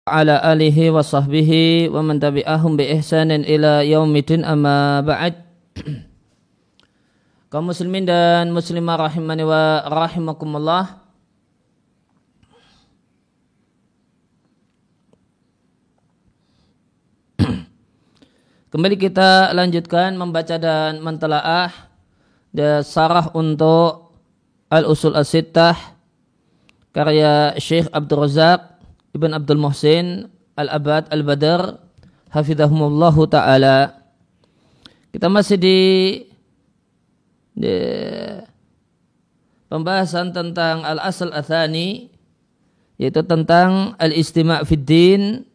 ala alihi wa sahbihi wa man tabi'ahum bi ihsanin ila yaumidin amma ba'd. Kaum muslimin dan muslimah rahimani wa rahimakumullah. Kembali kita lanjutkan membaca dan mentelaah syarah untuk Al-Usul As-Sittah karya Syekh Abdul Razak Ibn Abdul Muhsin Al-Abad Al-Badr hafizahumullahu ta'ala. Kita masih di pembahasan tentang Al-Asl Athani, yaitu tentang Al-Istima' Fid Din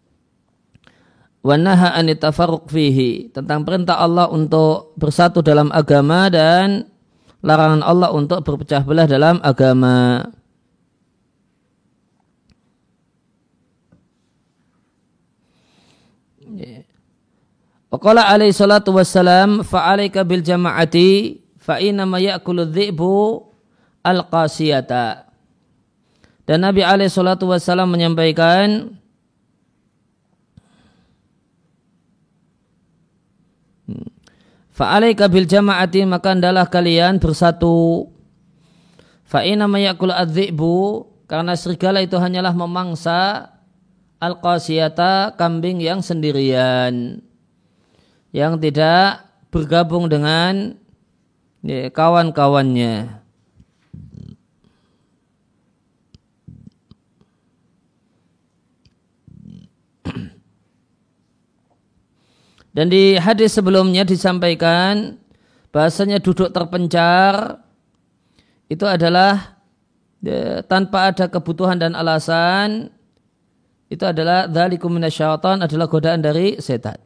wa naha anit tafarruq fihi, tentang perintah Allah untuk bersatu dalam agama dan larangan Allah untuk berpecah belah dalam agama. Waqala alaihi salatu wassalam fa'alaika bil jama'ati fa'inama ya'kulu dhi'bu al-qasiyata. Dan Nabi alaihi salatu wassalam menyampaikan fa'alaika bil jama'ati, maka hendaklah kalian bersatu. Fa'inama ya'kulu adh-dhi'bu, karena serigala itu hanyalah memangsa al-qasiyata, kambing yang sendirian, yang tidak bergabung dengan kawan-kawannya. Dan di hadis sebelumnya disampaikan bahasanya duduk terpencar itu adalah tanpa ada kebutuhan dan alasan, itu adalah dzalikum minasyaitan, adalah godaan dari setan.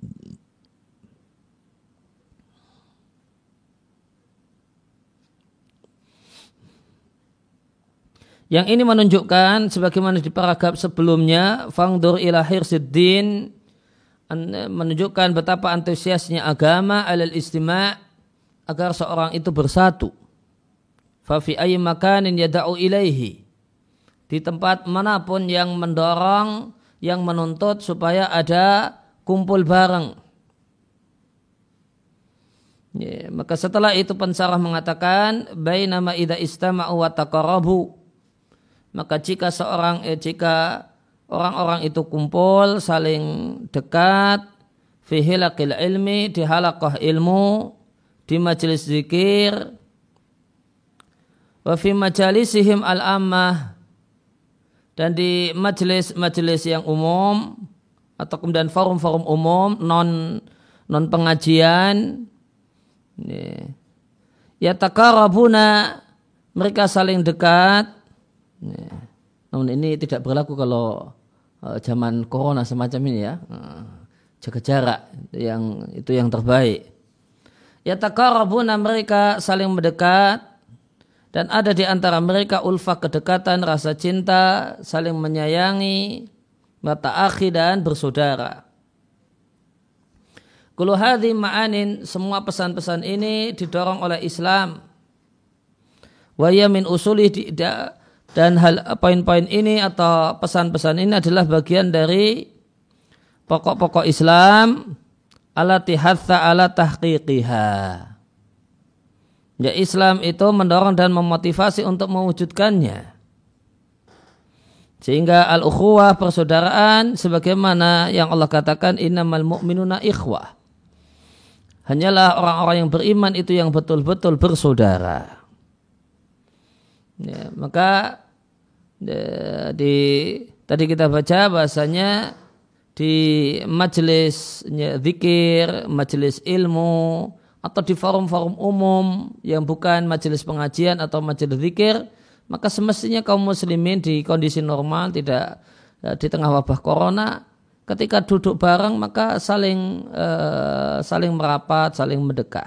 Yang ini menunjukkan sebagaimana di paragraf sebelumnya, fangdur ila hirsiddin, menunjukkan betapa antusiasnya agama alal istima' agar seorang itu bersatu. Fa fi ayyi makanin yad'u ilaihi, di tempat manapun yang mendorong, yang menuntut supaya ada kumpul bareng. Ya, maka setelah itu pensarah mengatakan bainama idza istama'u wa taqarrabu, maka jika orang-orang itu kumpul saling dekat fi hilaqil ilmi, di halaqah ilmu, di majelis zikir, wa fi majalisihim al-ammah, dan di majelis yang umum atau kemudian forum-forum umum non pengajian, ya taqarrabuna, mereka saling dekat. Namun ini tidak berlaku kalau zaman corona semacam ini ya. Jaga jarak, itu yang terbaik. Ya taqarrabuna, mereka saling mendekat, dan ada di antara mereka ulfah, kedekatan, rasa cinta, saling menyayangi, wata'akhi, dan bersaudara. Kullu hadhi ma'anin, semua pesan-pesan ini didorong oleh Islam. Wa ya min usuli, dan poin-poin ini atau pesan-pesan ini adalah bagian dari pokok-pokok Islam allati hatha ala tahqiqiha. Ya, Islam itu mendorong dan memotivasi untuk mewujudkannya. Sehingga al-ukhuwah, persaudaraan, sebagaimana yang Allah katakan innamal mu'minuna ikhwah, hanyalah orang-orang yang beriman itu yang betul-betul bersaudara. Ya, maka tadi kita baca bahasanya di majelis zikir, majelis ilmu, atau di forum-forum umum yang bukan majelis pengajian atau majelis zikir, maka semestinya kaum muslimin di kondisi normal, tidak di tengah wabah corona, ketika duduk bareng maka saling merapat, saling mendekat.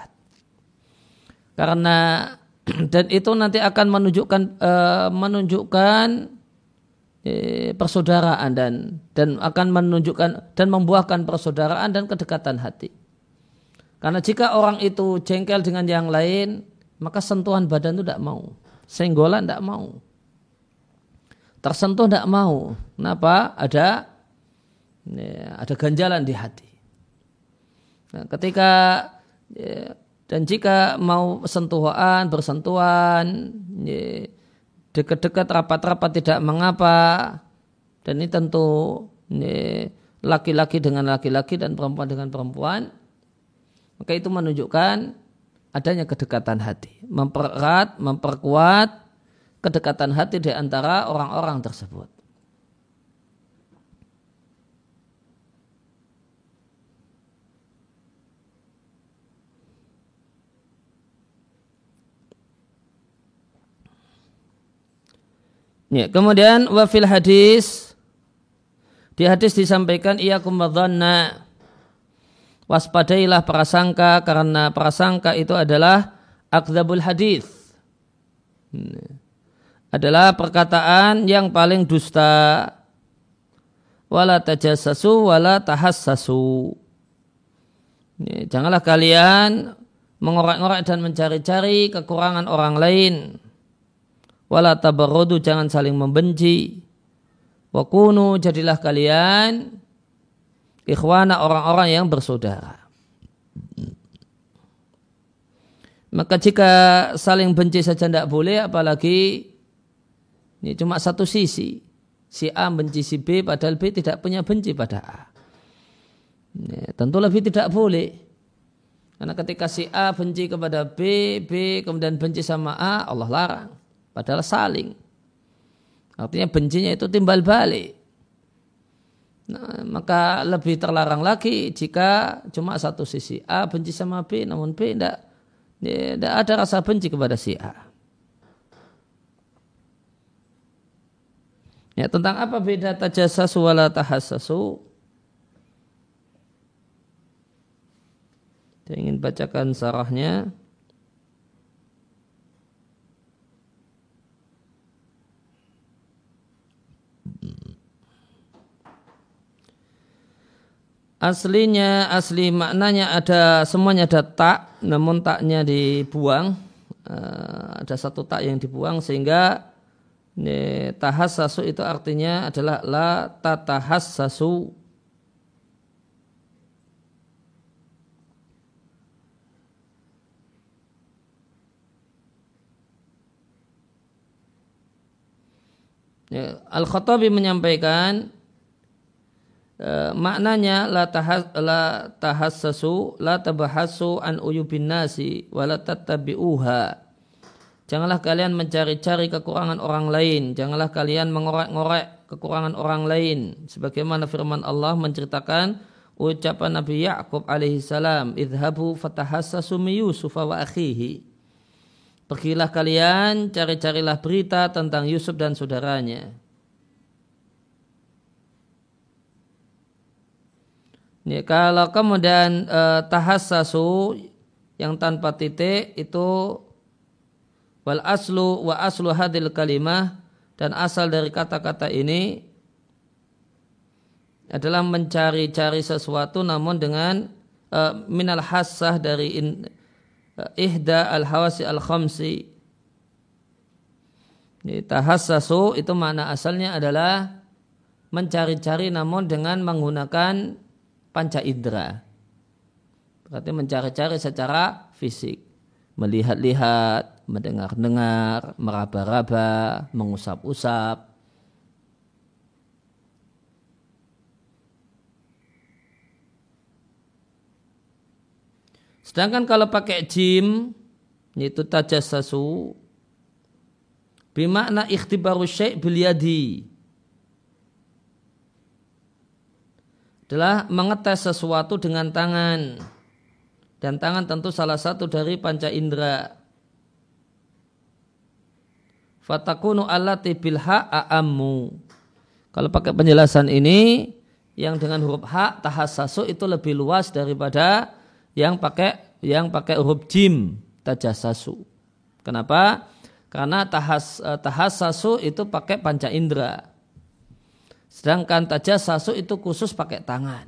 Karena dan itu nanti akan menunjukkan persaudaraan dan akan menunjukkan dan membuahkan persaudaraan dan kedekatan hati. Karena jika orang itu jengkel dengan yang lain, maka sentuhan badan itu tidak mau, senggolan tidak mau. tersentuh tidak mau. Kenapa? Ada ganjalan di hati. Nah, ketika dan jika mau bersentuhan, dekat-dekat, rapat-rapat tidak mengapa. Dan ini tentu laki-laki dengan laki-laki dan perempuan dengan perempuan. Maka itu menunjukkan adanya kedekatan hati. Mempererat, memperkuat kedekatan hati di antara orang-orang tersebut. Ya, kemudian wafil hadis, di hadis disampaikan iyyakum wadzanna, waspadailah prasangka karena prasangka itu adalah akdzabul hadis, adalah perkataan yang paling dusta. Wala tajassasu wala tahassasu, janganlah kalian mengorek-ngorek dan mencari-cari kekurangan orang lain. Wala tabarrudu, jangan saling membenci. Wa kunu, jadilah kalian ikhwana, orang-orang yang bersaudara. Maka jika saling benci saja tidak boleh, apalagi ini cuma satu sisi. Si A benci si B padahal B tidak punya benci pada A. Ini, tentu lebih tidak boleh. Karena ketika si A benci kepada B, B kemudian benci sama A, Allah larang. Padahal saling. Artinya bencinya itu timbal balik. Nah, maka lebih terlarang lagi jika cuma satu sisi. A benci sama B, namun B tidak ada rasa benci kepada si A. Ya, tentang apa beda tajassasu wala tahassasu? Saya ingin bacakan sarahnya. Asli maknanya semuanya ada tak, namun taknya dibuang. Ada satu tak yang dibuang sehingga tahassasu itu artinya adalah la tatahassasu. Al-Khattabi menyampaikan maknanya la tahassasu la tabahassu an uyubin nasi wa la tattabi'uha. Janganlah kalian mencari-cari kekurangan orang lain, janganlah kalian mengorek-ngorek kekurangan orang lain, sebagaimana firman Allah menceritakan ucapan Nabi Ya'qub alaihi salam, idhabu fatahassasu min Yusuf wa akhihi. Pergilah kalian, cari-carilah berita tentang Yusuf dan saudaranya. Ya, kalau kemudian tahassasu yang tanpa titik itu wal aslu wa aslu hadil kalimah, dan asal dari kata-kata ini adalah mencari-cari sesuatu namun dengan minal hassah dari ihda al hawasi al khamsi. Tahassasu itu makna asalnya adalah mencari-cari namun dengan menggunakan panca indera. Berarti mencari-cari secara fisik. Melihat-lihat, mendengar-dengar, meraba-raba, mengusap-usap. Sedangkan kalau pakai jim, yaitu tajassasu, bimakna ikhtibaru syai' bil yadi, adalah mengetes sesuatu dengan tangan, dan tangan tentu salah satu dari panca indera. Fatakunu allati bil ha a'ammu. Kalau pakai penjelasan ini, yang dengan huruf ha tahassasu itu lebih luas daripada yang pakai huruf jim tajassasu. Kenapa? Karena tahassasu itu pakai panca indera. Sedangkan tajassasu itu khusus pakai tangan.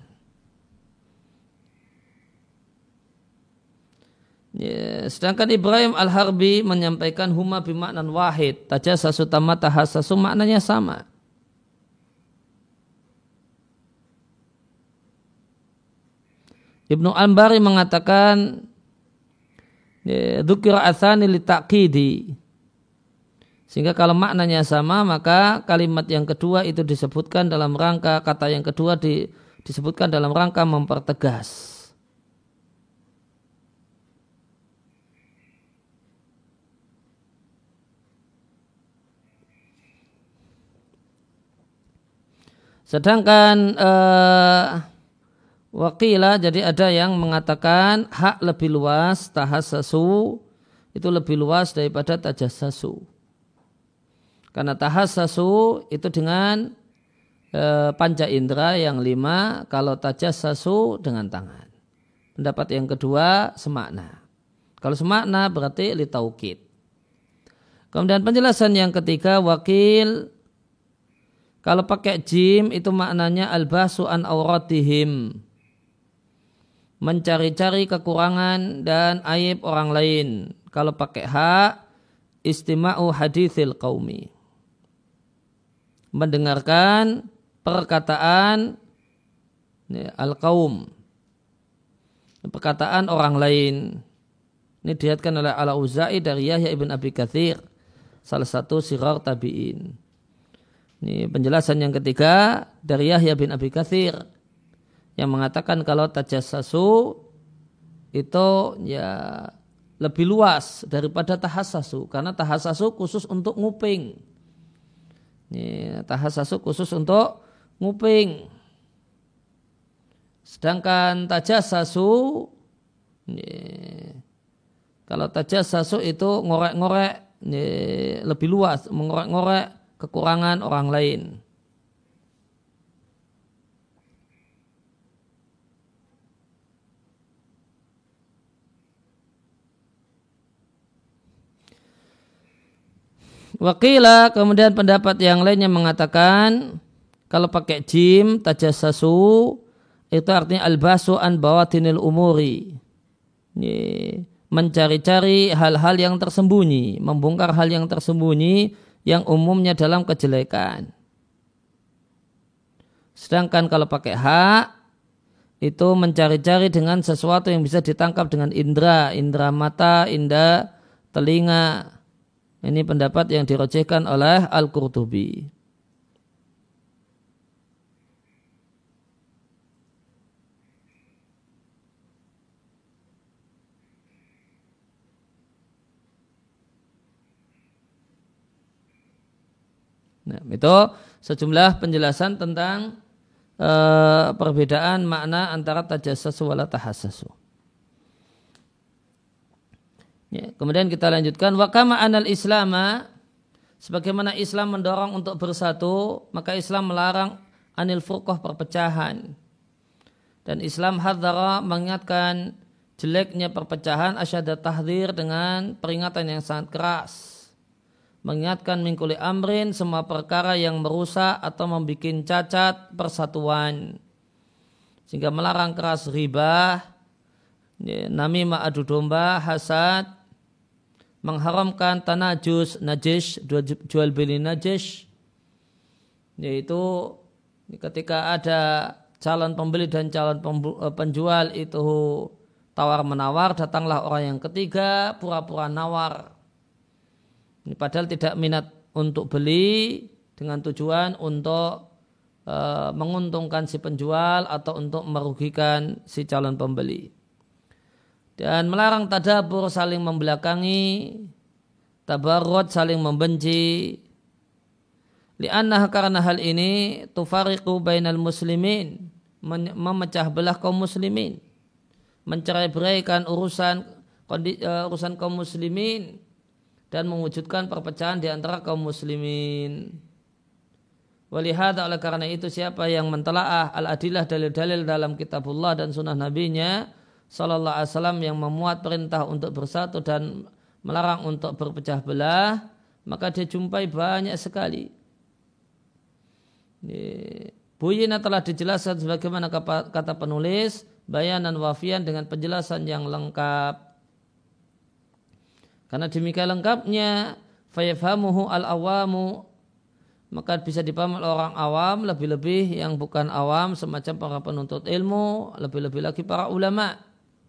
Ya, sedangkan Ibrahim Al-Harbi menyampaikan huma bimaknan wahid. Tajassasu tamma tahassasu maknanya sama. Ibnu Ambari mengatakan dzukira atsani litaqidi, sehingga kalau maknanya sama maka kalimat yang kedua itu disebutkan dalam rangka, kata yang kedua disebutkan dalam rangka mempertegas. Sedangkan wakilah, jadi ada yang mengatakan hak lebih luas, tahassasu itu lebih luas daripada tajassasu. Karena tahassasu itu dengan panca indera yang 5, kalau tajassasu dengan tangan. Pendapat yang kedua semakna. Kalau semakna berarti litaukid. Kemudian penjelasan yang ketiga, wakil kalau pakai jim itu maknanya al-bahsu an auratihim, mencari-cari kekurangan dan aib orang lain. Kalau pakai ha, istima'u hadithil qaumi, mendengarkan perkataan al-qaum, perkataan orang lain. Ini diriwayatkan oleh Al-Auza'i dari Yahya ibn Abi Katsir, salah satu sighar tabi'in. Ini penjelasan yang ketiga dari Yahya bin Abi Katsir yang mengatakan kalau tajassasu itu ya lebih luas daripada tahassasu, karena tahassasu khusus untuk nguping. Ini tahassasu khusus untuk nguping. Sedangkan tajassasu, kalau tajassasu itu ngorek-ngorek, lebih luas, mengorek-ngorek kekurangan orang lain. Wakila, kemudian pendapat yang lainnya mengatakan kalau pakai jim tajassasu itu artinya albasu an bawatinil umuri, mencari-cari hal-hal yang tersembunyi, membongkar hal yang tersembunyi yang umumnya dalam kejelekan. Sedangkan kalau pakai hak itu mencari-cari dengan sesuatu yang bisa ditangkap dengan indera mata, indera telinga. Ini pendapat yang dirojehkan oleh Al-Qurtubi. Nah, itu sejumlah penjelasan tentang perbedaan makna antara tajassasu wala tahassasu. Ya, kemudian kita lanjutkan, wa kama anal islama, sebagaimana Islam mendorong untuk bersatu, maka Islam melarang anil furqah, perpecahan. Dan Islam hadzara, mengingatkan jeleknya perpecahan, asyadda tahdzir, dengan peringatan yang sangat keras. Mengingatkan min kulli amrin, semua perkara yang merusak atau membuat cacat persatuan. Sehingga melarang keras ribah, namimah, adu domba, hasad, mengharamkan tanajus, najis, jual beli najis, yaitu ketika ada calon pembeli dan calon penjual itu tawar menawar, datanglah orang yang ketiga pura-pura nawar. Ini padahal tidak minat untuk beli, dengan tujuan untuk menguntungkan si penjual atau untuk merugikan si calon pembeli. Dan melarang tadabur, saling membelakangi, tabarrud, saling membenci. Li'annah, karena hal ini tufariqu bainal muslimin, memecah belah kaum muslimin, mencerai-beraikan urusan kaum muslimin dan mewujudkan perpecahan di antara kaum muslimin. Walihada, oleh karena itu siapa yang mentelaah al-adillah, dalil-dalil dalam kitabullah dan sunnah nabinya sallallahu alaihi wasallam yang memuat perintah untuk bersatu dan melarang untuk berpecah belah, maka dia jumpai banyak sekali. Buyina, telah dijelaskan sebagaimana kata penulis, bayanan wafian, dengan penjelasan yang lengkap. Karena demikian lengkapnya, fayafhamuhu al-awamu, maka bisa dipahami oleh orang awam, lebih-lebih yang bukan awam semacam para penuntut ilmu, lebih-lebih lagi para ulama.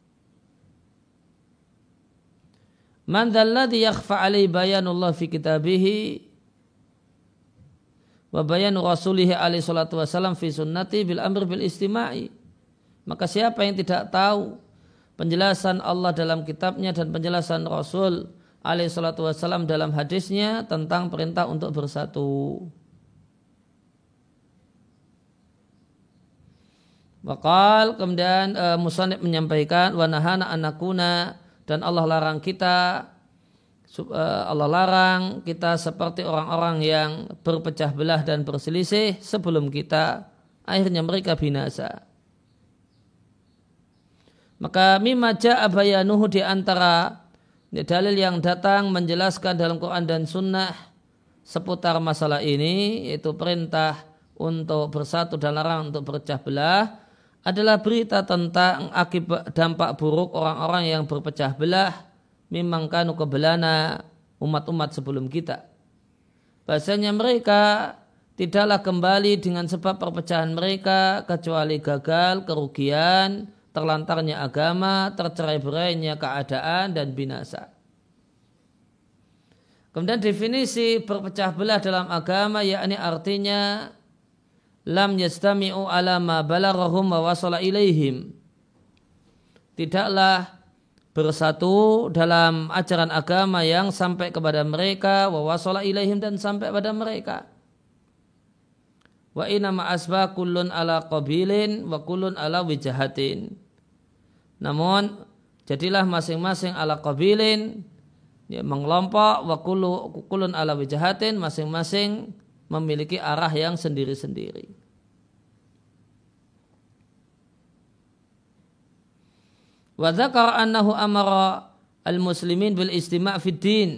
Man dzalladzi yakhfa 'alaihi bayanullah fi kitabihi wa bayanu rasulih alaihi salatu wasallam fi sunnati bil amri bil istima'i. Maka siapa yang tidak tahu penjelasan Allah dalam kitabnya dan penjelasan Rasul alaihi salatu wasallam dalam hadisnya tentang perintah untuk bersatu. Waqal, kemudian musannif menyampaikan wa nahana an nakuna, dan Allah larang kita seperti orang-orang yang berpecah belah dan berselisih sebelum kita akhirnya mereka binasa. Maka mimma ja'a bayanuhu, di antara dalil yang datang menjelaskan dalam Quran dan Sunnah seputar masalah ini, yaitu perintah untuk bersatu dan larangan untuk berpecah belah, adalah berita tentang akibat dampak buruk orang-orang yang berpecah belah mimman kanu qablana, umat-umat sebelum kita. Bahasanya mereka tidaklah kembali dengan sebab perpecahan mereka kecuali gagal, kerugian, terlantarnya agama, tercerai-berainya keadaan dan binasa. Kemudian definisi berpecah belah dalam agama yakni artinya lam yastami'u ala ma balaghahum wa wasala ilaihim. Tidaklah bersatu dalam ajaran agama yang sampai kepada mereka, wa wasala ilaihim, dan sampai pada mereka. Wa inna ma asba kullun ala qabilin wa kullun ala wijahatin. Namun jadilah masing-masing ala qabilin, ya, mengelompok, wa kullun ala wijahatin, masing-masing memiliki arah yang sendiri-sendiri. Wa dzakara annahu amara al-muslimin bil istima' fid din.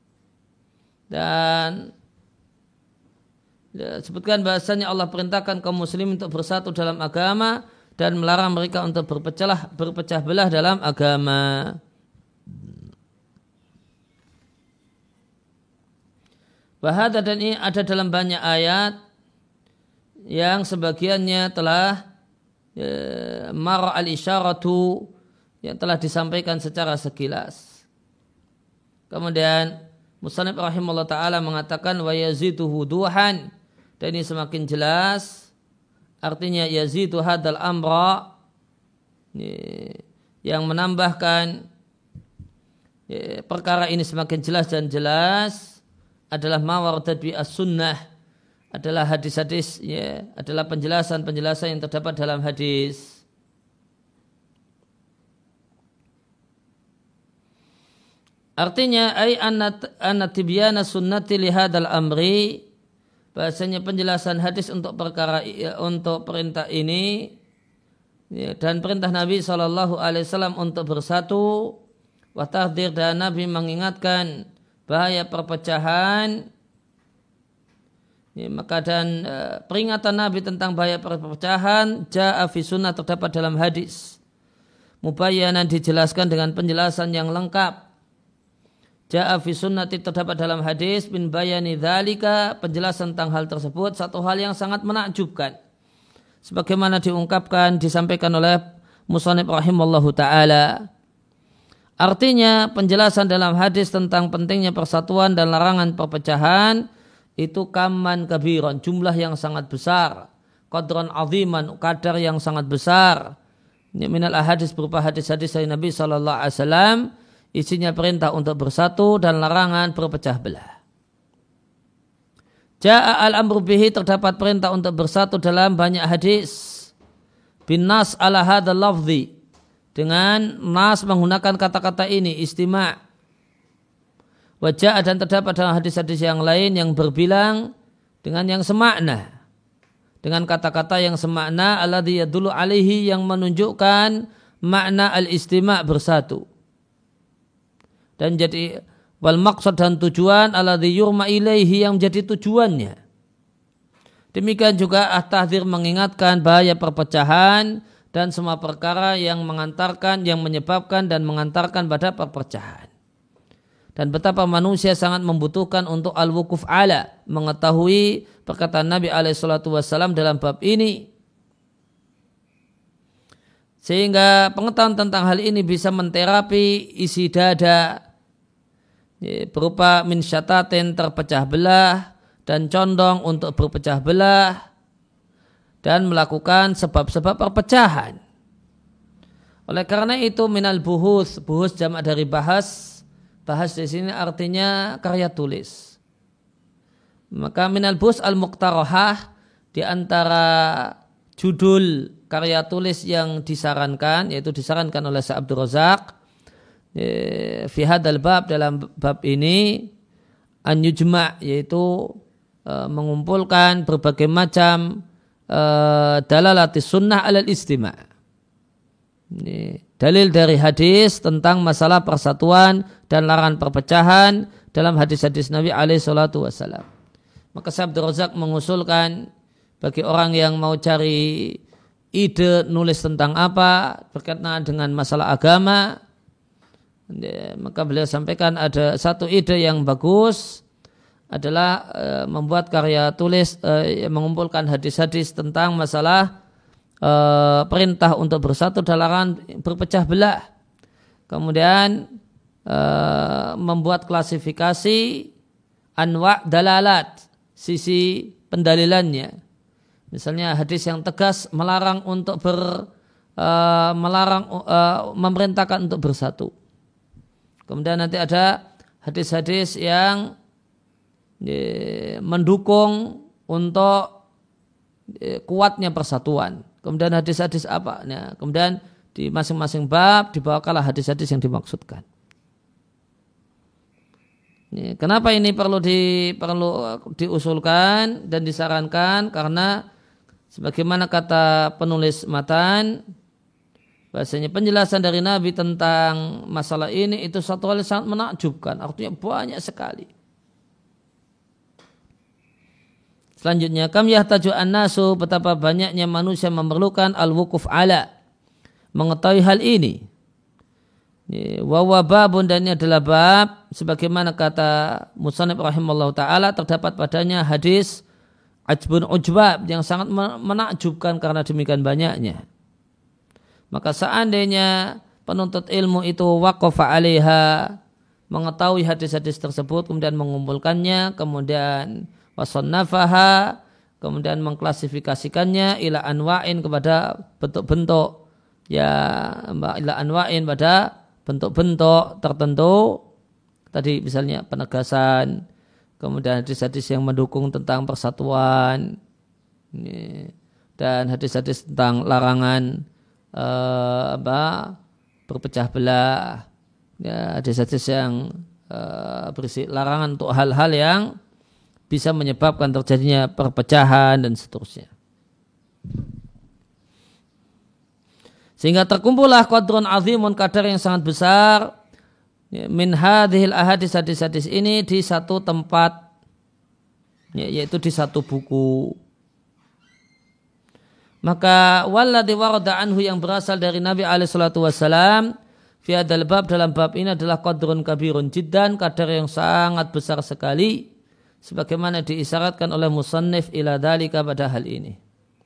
Dan sebutkan bahasanya Allah perintahkan kaum muslimin untuk bersatu dalam agama dan melarang mereka untuk berpecah belah dalam agama. Wahada, dan ini ada dalam banyak ayat yang sebagiannya telah mara al-isyaratu, yang telah disampaikan secara sekilas. Kemudian musannif rahimahullah ta'ala mengatakan wa yazidu wuduhan, dan ini semakin jelas, artinya yazidu hadal amra, yang menambahkan perkara ini semakin jelas dan jelas adalah mawarad bi as-sunnah, adalah hadis-hadis, ya, adalah penjelasan-penjelasan yang terdapat dalam hadis. Artinya ai anna tibyana sunnati li hadzal amri, bahasanya penjelasan hadis untuk perkara, untuk perintah ini, ya, dan perintah Nabi sallallahu alaihi wasallam untuk bersatu, wa tahdhir, dan Nabi mengingatkan bahaya perpecahan, ya, maka dan peringatan Nabi tentang bahaya perpecahan jaa fi sunnah, terdapat dalam hadis. Mubayyanan, dijelaskan dengan penjelasan yang lengkap. Jaa fi sunnati, terdapat dalam hadis, min bayani dzalika, penjelasan tentang hal tersebut, satu hal yang sangat menakjubkan. Sebagaimana disampaikan oleh musannif rahimallahu ta'ala. Artinya penjelasan dalam hadis tentang pentingnya persatuan dan larangan perpecahan itu kaman kabiran, jumlah yang sangat besar, qadran aziman, kadar yang sangat besar. Minal ahadis, berupa hadis-hadis dari Nabi sallallahu alaihi wasallam, isinya perintah untuk bersatu dan larangan berpecah belah. Ja'a al-amru bihi, terdapat perintah untuk bersatu dalam banyak hadis. Bin nas ala hadzal lafzi, dengan nas menggunakan kata-kata ini, istima'. Wa ja'a, dan terdapat dalam hadis-hadis yang lain yang berbilang dengan yang semakna, dengan kata-kata yang semakna, alladzi yadullu alaihi, yang menunjukkan makna al-istima' bersatu. Dan jadi wal maqsad, dan tujuan, alladzi yurma ilaihi, yang menjadi tujuannya. Demikian juga at-tahdzir, mengingatkan bahaya perpecahan dan semua perkara yang menyebabkan dan mengantarkan pada perpecahan. dan betapa manusia sangat membutuhkan untuk al-wukuf ala, mengetahui perkataan Nabi SAW dalam bab ini. Sehingga pengetahuan tentang hal ini bisa menterapi isi dada berupa min syatatin terpecah belah dan condong untuk berpecah belah dan melakukan sebab-sebab perpecahan. Oleh karena itu minal buhus jamak dari bahas di sini artinya karya tulis. Maka minal buhus al-muqtarahah di antara judul karya tulis yang disarankan, yaitu disarankan oleh Syekh Abdul Razak fi hadzal bab, dalam bab ini an yujma', yaitu mengumpulkan berbagai macam dalalatis sunnah alal istima'. Dalil dari hadis tentang masalah persatuan dan larangan perpecahan dalam hadis-hadis Nabi SAW. Maka Syekh Abdul Razak mengusulkan bagi orang yang mau cari ide nulis tentang apa berkaitan dengan masalah agama, maka beliau sampaikan ada satu ide yang bagus adalah membuat karya tulis yang mengumpulkan hadis-hadis tentang masalah perintah untuk bersatu dan larangan berpecah belah. Kemudian membuat klasifikasi anwa' dalalat, sisi pendalilannya. Misalnya hadis yang tegas melarang untuk memerintahkan untuk bersatu. Kemudian nanti ada hadis-hadis yang mendukung untuk kuatnya persatuan. Kemudian hadis-hadis apa? Nah, kemudian di masing-masing bab dibawakanlah hadis-hadis yang dimaksudkan. Kenapa ini perlu diusulkan dan disarankan? Karena sebagaimana kata penulis matan, bahasanya penjelasan dari Nabi tentang masalah ini itu satu hal yang sangat menakjubkan. Artinya banyak sekali. Selanjutnya, kam yahtaju an-nasu, betapa banyaknya manusia memerlukan al-wukuf ala, mengetahui hal ini. Wa babun, dan ini adalah bab sebagaimana kata musannif rahimallahu taala, terdapat padanya hadis ajbun ujbab yang sangat menakjubkan karena demikian banyaknya. Maka seandainya penuntut ilmu itu waqafa 'alaiha, mengetahui hadis-hadis tersebut kemudian mengumpulkannya, kemudian wasannafaha, kemudian mengklasifikasikannya ila anwa'in, kepada bentuk-bentuk, ya ila anwa'in, pada bentuk-bentuk tertentu. Tadi misalnya penegasan, kemudian hadis-hadis yang mendukung tentang persatuan, dan hadis-hadis tentang larangan berpecah belah, ya, hadis-hadis yang berisi larangan untuk hal-hal yang bisa menyebabkan terjadinya perpecahan dan seterusnya. Sehingga terkumpullah qadrun azimun, kadar yang sangat besar, min hadhil ahadis, hadis-hadis ini di satu tempat, yaitu di satu buku. Maka walladhi warada anhu, yang berasal dari Nabi SAW fi hadzal bab, dalam bab ini adalah qadrun kabirun jiddan, kadar yang sangat besar sekali, sebagaimana diisyaratkan oleh musannif ila dzalika, pada hal ini.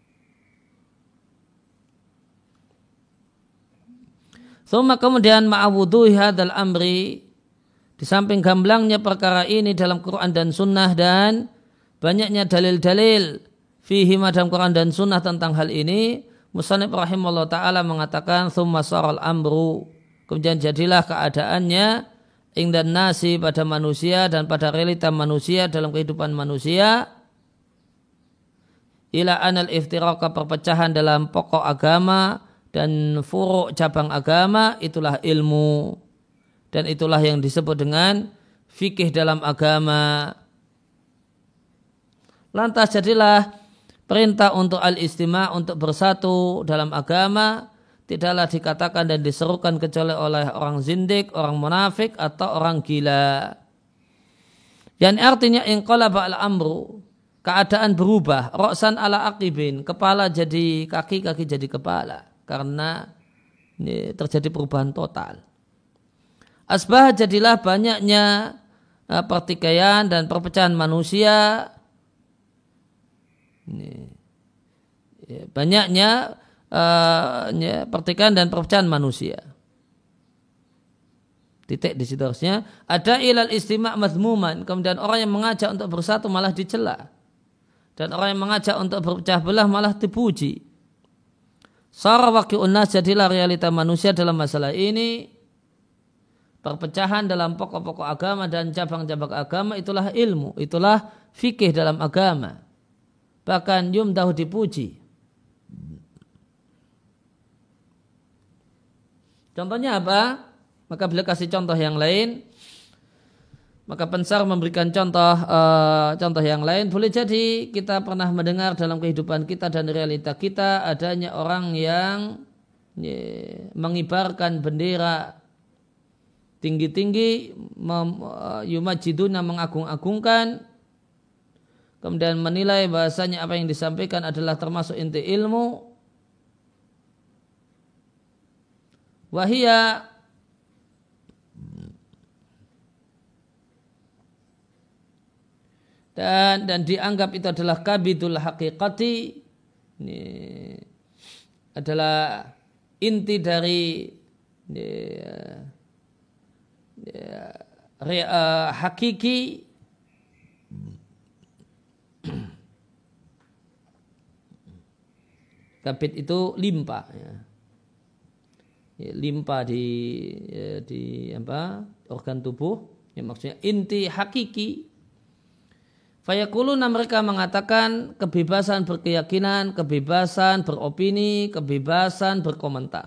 Thumma, kemudian ma'awudhuhi hadzal amri, di samping gamblangnya perkara ini dalam Quran dan Sunnah dan banyaknya dalil-dalil fihi dalam Quran dan Sunnah tentang hal ini, musannif rahimahullah ta'ala mengatakan thumma saral amru, kemudian jadilah keadaannya ingdan nasi, pada manusia dan pada realita manusia dalam kehidupan manusia, ila anal iftiraka, perpecahan dalam pokok agama dan furu' cabang agama, itulah ilmu, dan itulah yang disebut dengan fikih dalam agama. Lantas jadilah perintah untuk al-istima', untuk bersatu dalam agama, tidaklah dikatakan dan diserukan kecuali oleh orang zindik, orang munafik, atau orang gila. Yang artinya inqalaba al-amru, keadaan berubah, ra'san ala aqibin, kepala jadi kaki, kaki jadi kepala, karena ini terjadi perubahan total. Asbah jadilah banyaknya pertikaian dan perpecahan manusia. Banyaknya pertikaian dan perpecahan manusia. Titik di situ harusnya ada ilal istima' mazmuman, kemudian orang yang mengajak untuk bersatu malah dicela, dan orang yang mengajak untuk berpecah belah malah dipuji. Sara waqi'un nas, jadilah realita manusia dalam masalah ini perpecahan dalam pokok-pokok agama dan cabang-cabang agama. Itulah ilmu, itulah fikih dalam agama, bahkan yumdahu, dipuji. Contohnya apa? Maka beliau kasih contoh yang lain. Maka Pensar memberikan contoh yang lain. Boleh jadi kita pernah mendengar dalam kehidupan kita dan realita kita adanya orang yang mengibarkan bendera tinggi-tinggi, yumajiduna, mengagung-agungkan, kemudian menilai bahasanya apa yang disampaikan adalah termasuk inti ilmu. Wahia, dan dianggap itu adalah kabidul haqiqati, ini adalah inti dari hakiki. Kabid itu limpa, limpa di organ tubuh, yang maksudnya inti hakiki. Fayakuluna, mereka mengatakan kebebasan berkeyakinan, kebebasan beropini, kebebasan berkomentar.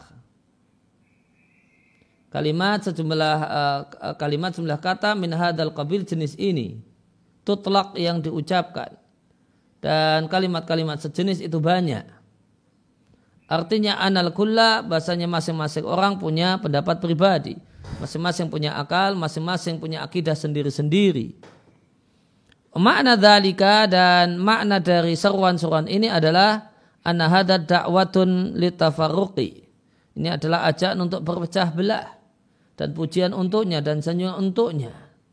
Kalimat sejumlah kata min hadal qabil, jenis ini, tutlaq, yang diucapkan, dan kalimat-kalimat sejenis itu banyak. Artinya anal kulla, bahasanya masing-masing orang punya pendapat pribadi, masing-masing punya akal, masing-masing punya akidah sendiri-sendiri. Makna dzalika, dan makna dari seruan-seruan ini adalah anna hadad da'watun litafarruqi, ini adalah ajakan untuk berpecah belah, dan pujian untuknya dan senyum untuknya.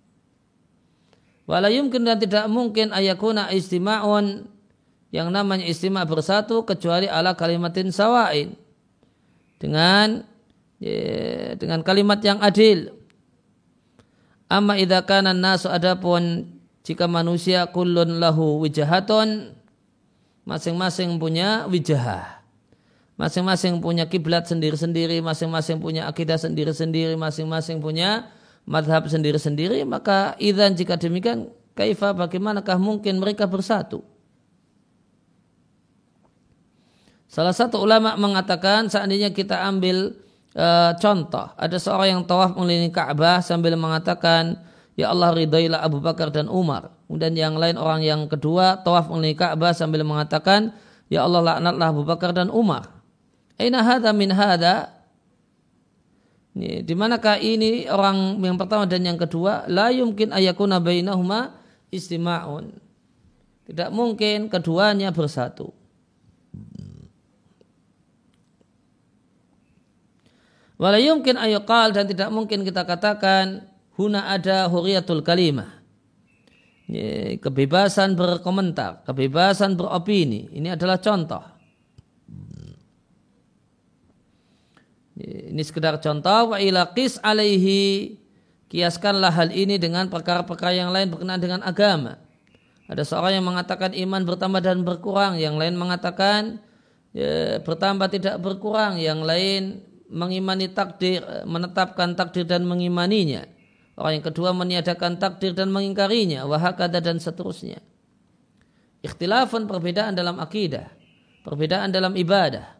Wala yumkin, dan tidak mungkin ayakuna istima'un, yang namanya istima' bersatu, kecuali ala kalimatin sawain, dengan kalimat yang adil. Amma idza kana an-nasu, adapun jika manusia kullun lahu wijahatun, masing-masing punya wijahah, masing-masing punya kiblat sendiri-sendiri, masing-masing punya akidah sendiri-sendiri, masing-masing punya madhab sendiri-sendiri, maka idzan, jika demikian, kaifa, bagaimanakah mungkin mereka bersatu? Salah satu ulama mengatakan, seandainya kita ambil contoh, ada seorang yang tawaf mengelilingi Ka'bah sambil mengatakan, ya Allah, ridailah Abu Bakar dan Umar. Kemudian yang lain, orang yang kedua, tawaf mengelilingi Ka'bah sambil mengatakan, ya Allah, laknatlah Abu Bakar dan Umar. Aina hadha min hadha? Di manakah ini orang yang pertama dan yang kedua? La yumkin ayakuna bainahuma istima'un. Tidak mungkin keduanya bersatu. Wala yumkin ayuqal, dan tidak mungkin kita katakan huna ada huriyatul kalimah, kebebasan berkomentar, kebebasan beropini. Ini adalah contoh. Ini sekedar contoh. Wa ila qis alaihi, kiaskanlah hal ini dengan perkara-perkara yang lain berkenaan dengan agama. Ada seorang yang mengatakan iman bertambah dan berkurang, yang lain mengatakan bertambah tidak berkurang, yang lain mengimani takdir, menetapkan takdir dan mengimaninya. Orang yang kedua meniadakan takdir dan mengingkarinya, wahakada, dan seterusnya. Ikhtilafun, perbedaan dalam akidah, perbedaan dalam ibadah.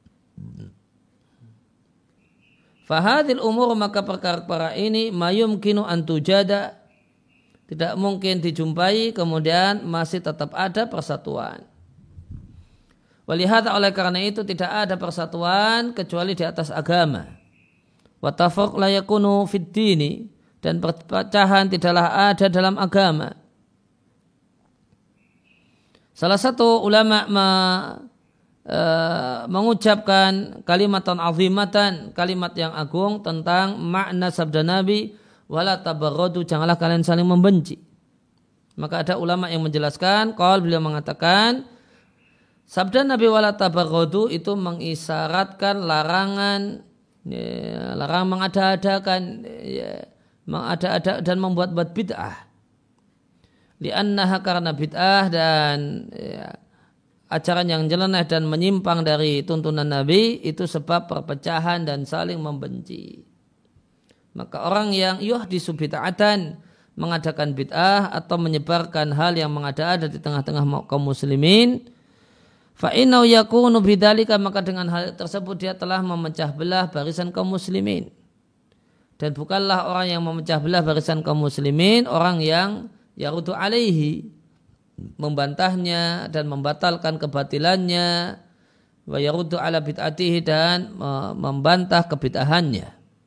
Fahadil umur, maka perkara-perkara ini mayumkinu antujada, tidak mungkin dijumpai kemudian masih tetap ada persatuan. Walihada, oleh karena itu tidak ada persatuan kecuali di atas agama. Watafaq la yakunu fid dini, dan perpecahan tidaklah ada dalam agama. Salah satu ulama mengucapkan kalimatan azimatan, kalimat yang agung tentang makna sabda Nabi, wala tabarradu, janganlah kalian saling membenci. Maka ada ulama yang menjelaskan, beliau mengatakan sabda Nabi wala tabarradu itu mengisyaratkan larangan, larangan mengada-adakan, mengada-ada dan membuat-buat bid'ah. Li'annaha, karena bid'ah dan ajaran yang nyeleneh dan menyimpang dari tuntunan Nabi itu sebab perpecahan dan saling membenci. Maka orang yang yuhdisu bid'atan, mengadakan bid'ah atau menyebarkan hal yang mengada-ada di tengah-tengah kaum muslimin, fa innahu yakunu bidzalika, maka dengan hal tersebut dia telah memecah belah barisan kaum muslimin. Dan bukanlah orang yang memecah belah barisan kaum muslimin orang yang yarudu alaihi, membantahnya dan membatalkan kebatilannya, wa yaruddu ala bid'atihi, dan membantah kebid'ahannya.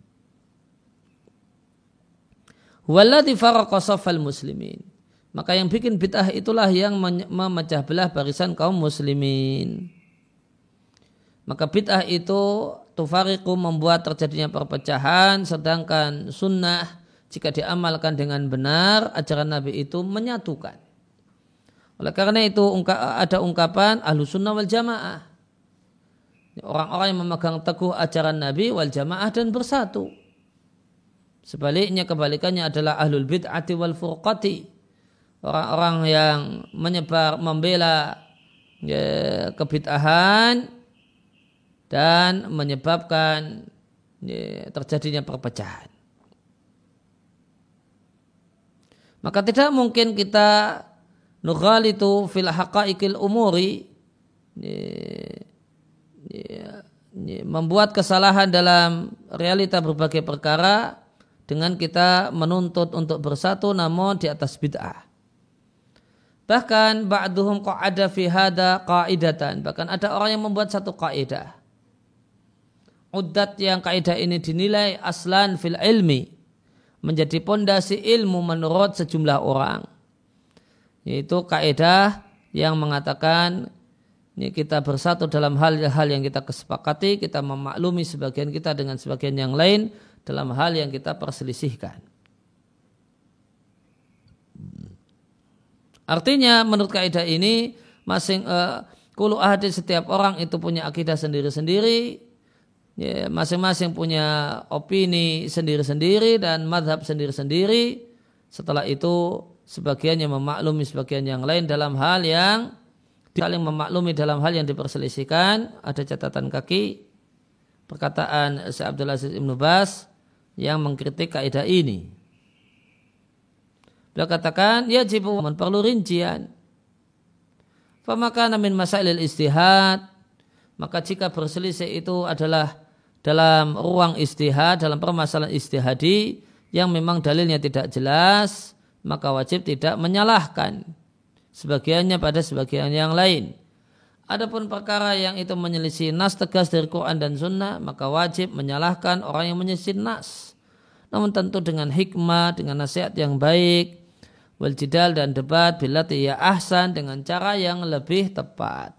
Walladzi faraqa shaffal muslimin, maka yang bikin bid'ah itulah yang memecah belah barisan kaum muslimin. Maka bid'ah itu tufariqu, membuat terjadinya perpecahan, sedangkan sunnah jika diamalkan dengan benar, ajaran Nabi itu menyatukan. Oleh karena itu ada ungkapan ahlu sunnah wal jamaah, orang-orang yang memegang teguh ajaran Nabi wal jamaah dan bersatu. Sebaliknya, kebalikannya adalah ahlul bid'ati wal furqati, orang-orang yang membela kebid'ahan dan menyebabkan terjadinya perpecahan. Maka tidak mungkin kita nughalitu fil haqaiqil umuri, membuat kesalahan dalam realita berbagai perkara dengan kita menuntut untuk bersatu namun di atas bid'ah. Bahkan ba'duhum qa'ada fi hada qa'idatan, bahkan ada orang yang membuat satu kaidah. Uddat, yang kaidah ini dinilai aslan fil ilmi, menjadi pondasi ilmu menurut sejumlah orang. Yaitu kaidah yang mengatakan kita bersatu dalam hal-hal yang kita kesepakati, kita memaklumi sebagian kita dengan sebagian yang lain dalam hal yang kita perselisihkan. Artinya menurut kaidah ini kullu ahadin, setiap orang itu punya akidah sendiri-sendiri, masing-masing punya opini sendiri-sendiri dan mazhab sendiri-sendiri. Setelah itu sebagiannya memaklumi sebagian yang lain dalam hal yang saling memaklumi dalam hal yang diperselisihkan. Ada catatan kaki perkataan Syekh Abdul Aziz Ibnu Baz yang mengkritik kaidah ini. Beliau katakan yajibu, perlu rincian. Famakana min masailil istihad, maka jika berselisih itu adalah dalam ruang istihad, dalam permasalahan istihadi yang memang dalilnya tidak jelas, maka wajib tidak menyalahkan sebagiannya pada sebagian yang lain. Adapun perkara yang itu menyelisih nas tegas dari Quran dan Sunnah, maka wajib menyalahkan orang yang menyelisih nas. Namun tentu dengan hikmah, dengan nasihat yang baik, wal jidal, dan debat billati ya ahsan, dengan cara yang lebih tepat.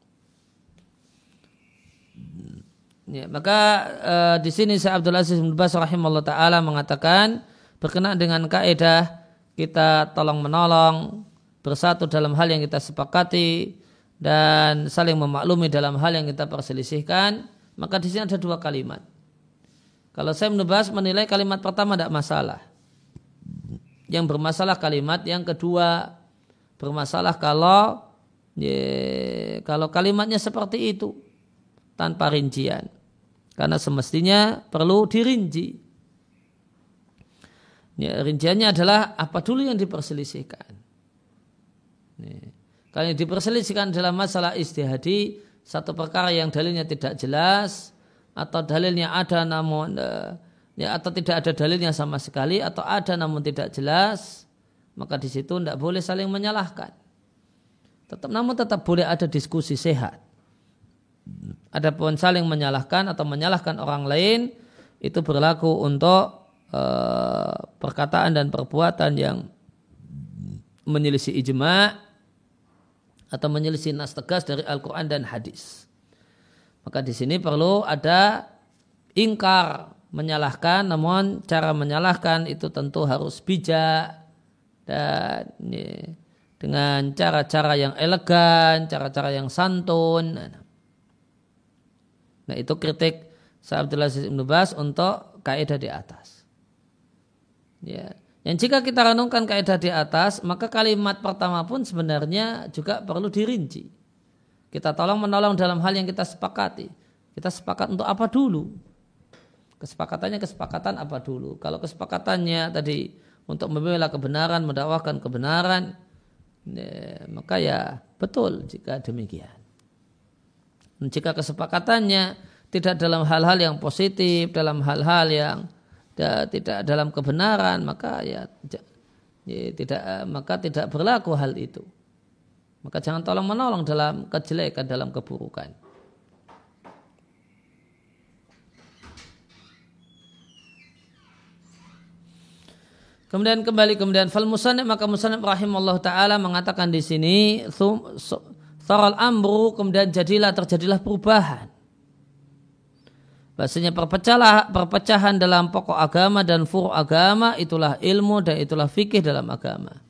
Ya, maka di sini Syekh Abdul Aziz bin Baz rahimahullah taala mengatakan berkenaan dengan kaidah kita tolong menolong, bersatu dalam hal yang kita sepakati dan saling memaklumi dalam hal yang kita perselisihkan, maka di sini ada dua kalimat. Kalau saya menebas menilai kalimat pertama tidak masalah. Yang bermasalah kalimat yang kedua, bermasalah kalau kalimatnya seperti itu tanpa rincian. Karena semestinya perlu dirinci. Rinciannya adalah apa dulu yang diperselisihkan. Kalau yang diperselisihkan dalam masalah istihadi, satu perkara yang dalilnya tidak jelas, atau dalilnya ada namun atau tidak ada dalilnya sama sekali, atau ada namun tidak jelas, maka di situ tidak boleh saling menyalahkan. Namun tetap boleh ada diskusi sehat. Adapun saling menyalahkan atau menyalahkan orang lain itu berlaku untuk perkataan dan perbuatan yang menyelisih ijma' atau menyelisih nas tegas dari Al-Quran dan hadis. Maka di sini perlu ada ingkar, menyalahkan, namun cara menyalahkan itu tentu harus bijak dan dengan cara-cara yang elegan, cara-cara yang santun. Nah, itu kritik Syekh Abdul Aziz Ibn Baz untuk kaidah di atas. Ya. Yang jika kita renungkan kaidah di atas, maka kalimat pertama pun sebenarnya juga perlu dirinci. Kita tolong menolong dalam hal yang kita sepakati. Kita sepakat untuk apa dulu? Kesepakatannya kesepakatan apa dulu? Kalau kesepakatannya tadi untuk membela kebenaran, mendakwahkan kebenaran, ya, maka ya betul jika demikian. Dan jika kesepakatannya tidak dalam hal-hal yang positif, dalam hal-hal yang tidak dalam kebenaran, maka tidak berlaku hal itu. Maka jangan tolong menolong dalam kejelekan, dalam keburukan. Kemudian fal musannif, maka musannif rahimallahu taala mengatakan di sini saral amru, kemudian terjadilah perubahan. Bahasanya perpecahan dalam pokok agama dan furu' agama itulah ilmu dan itulah fikih dalam agama.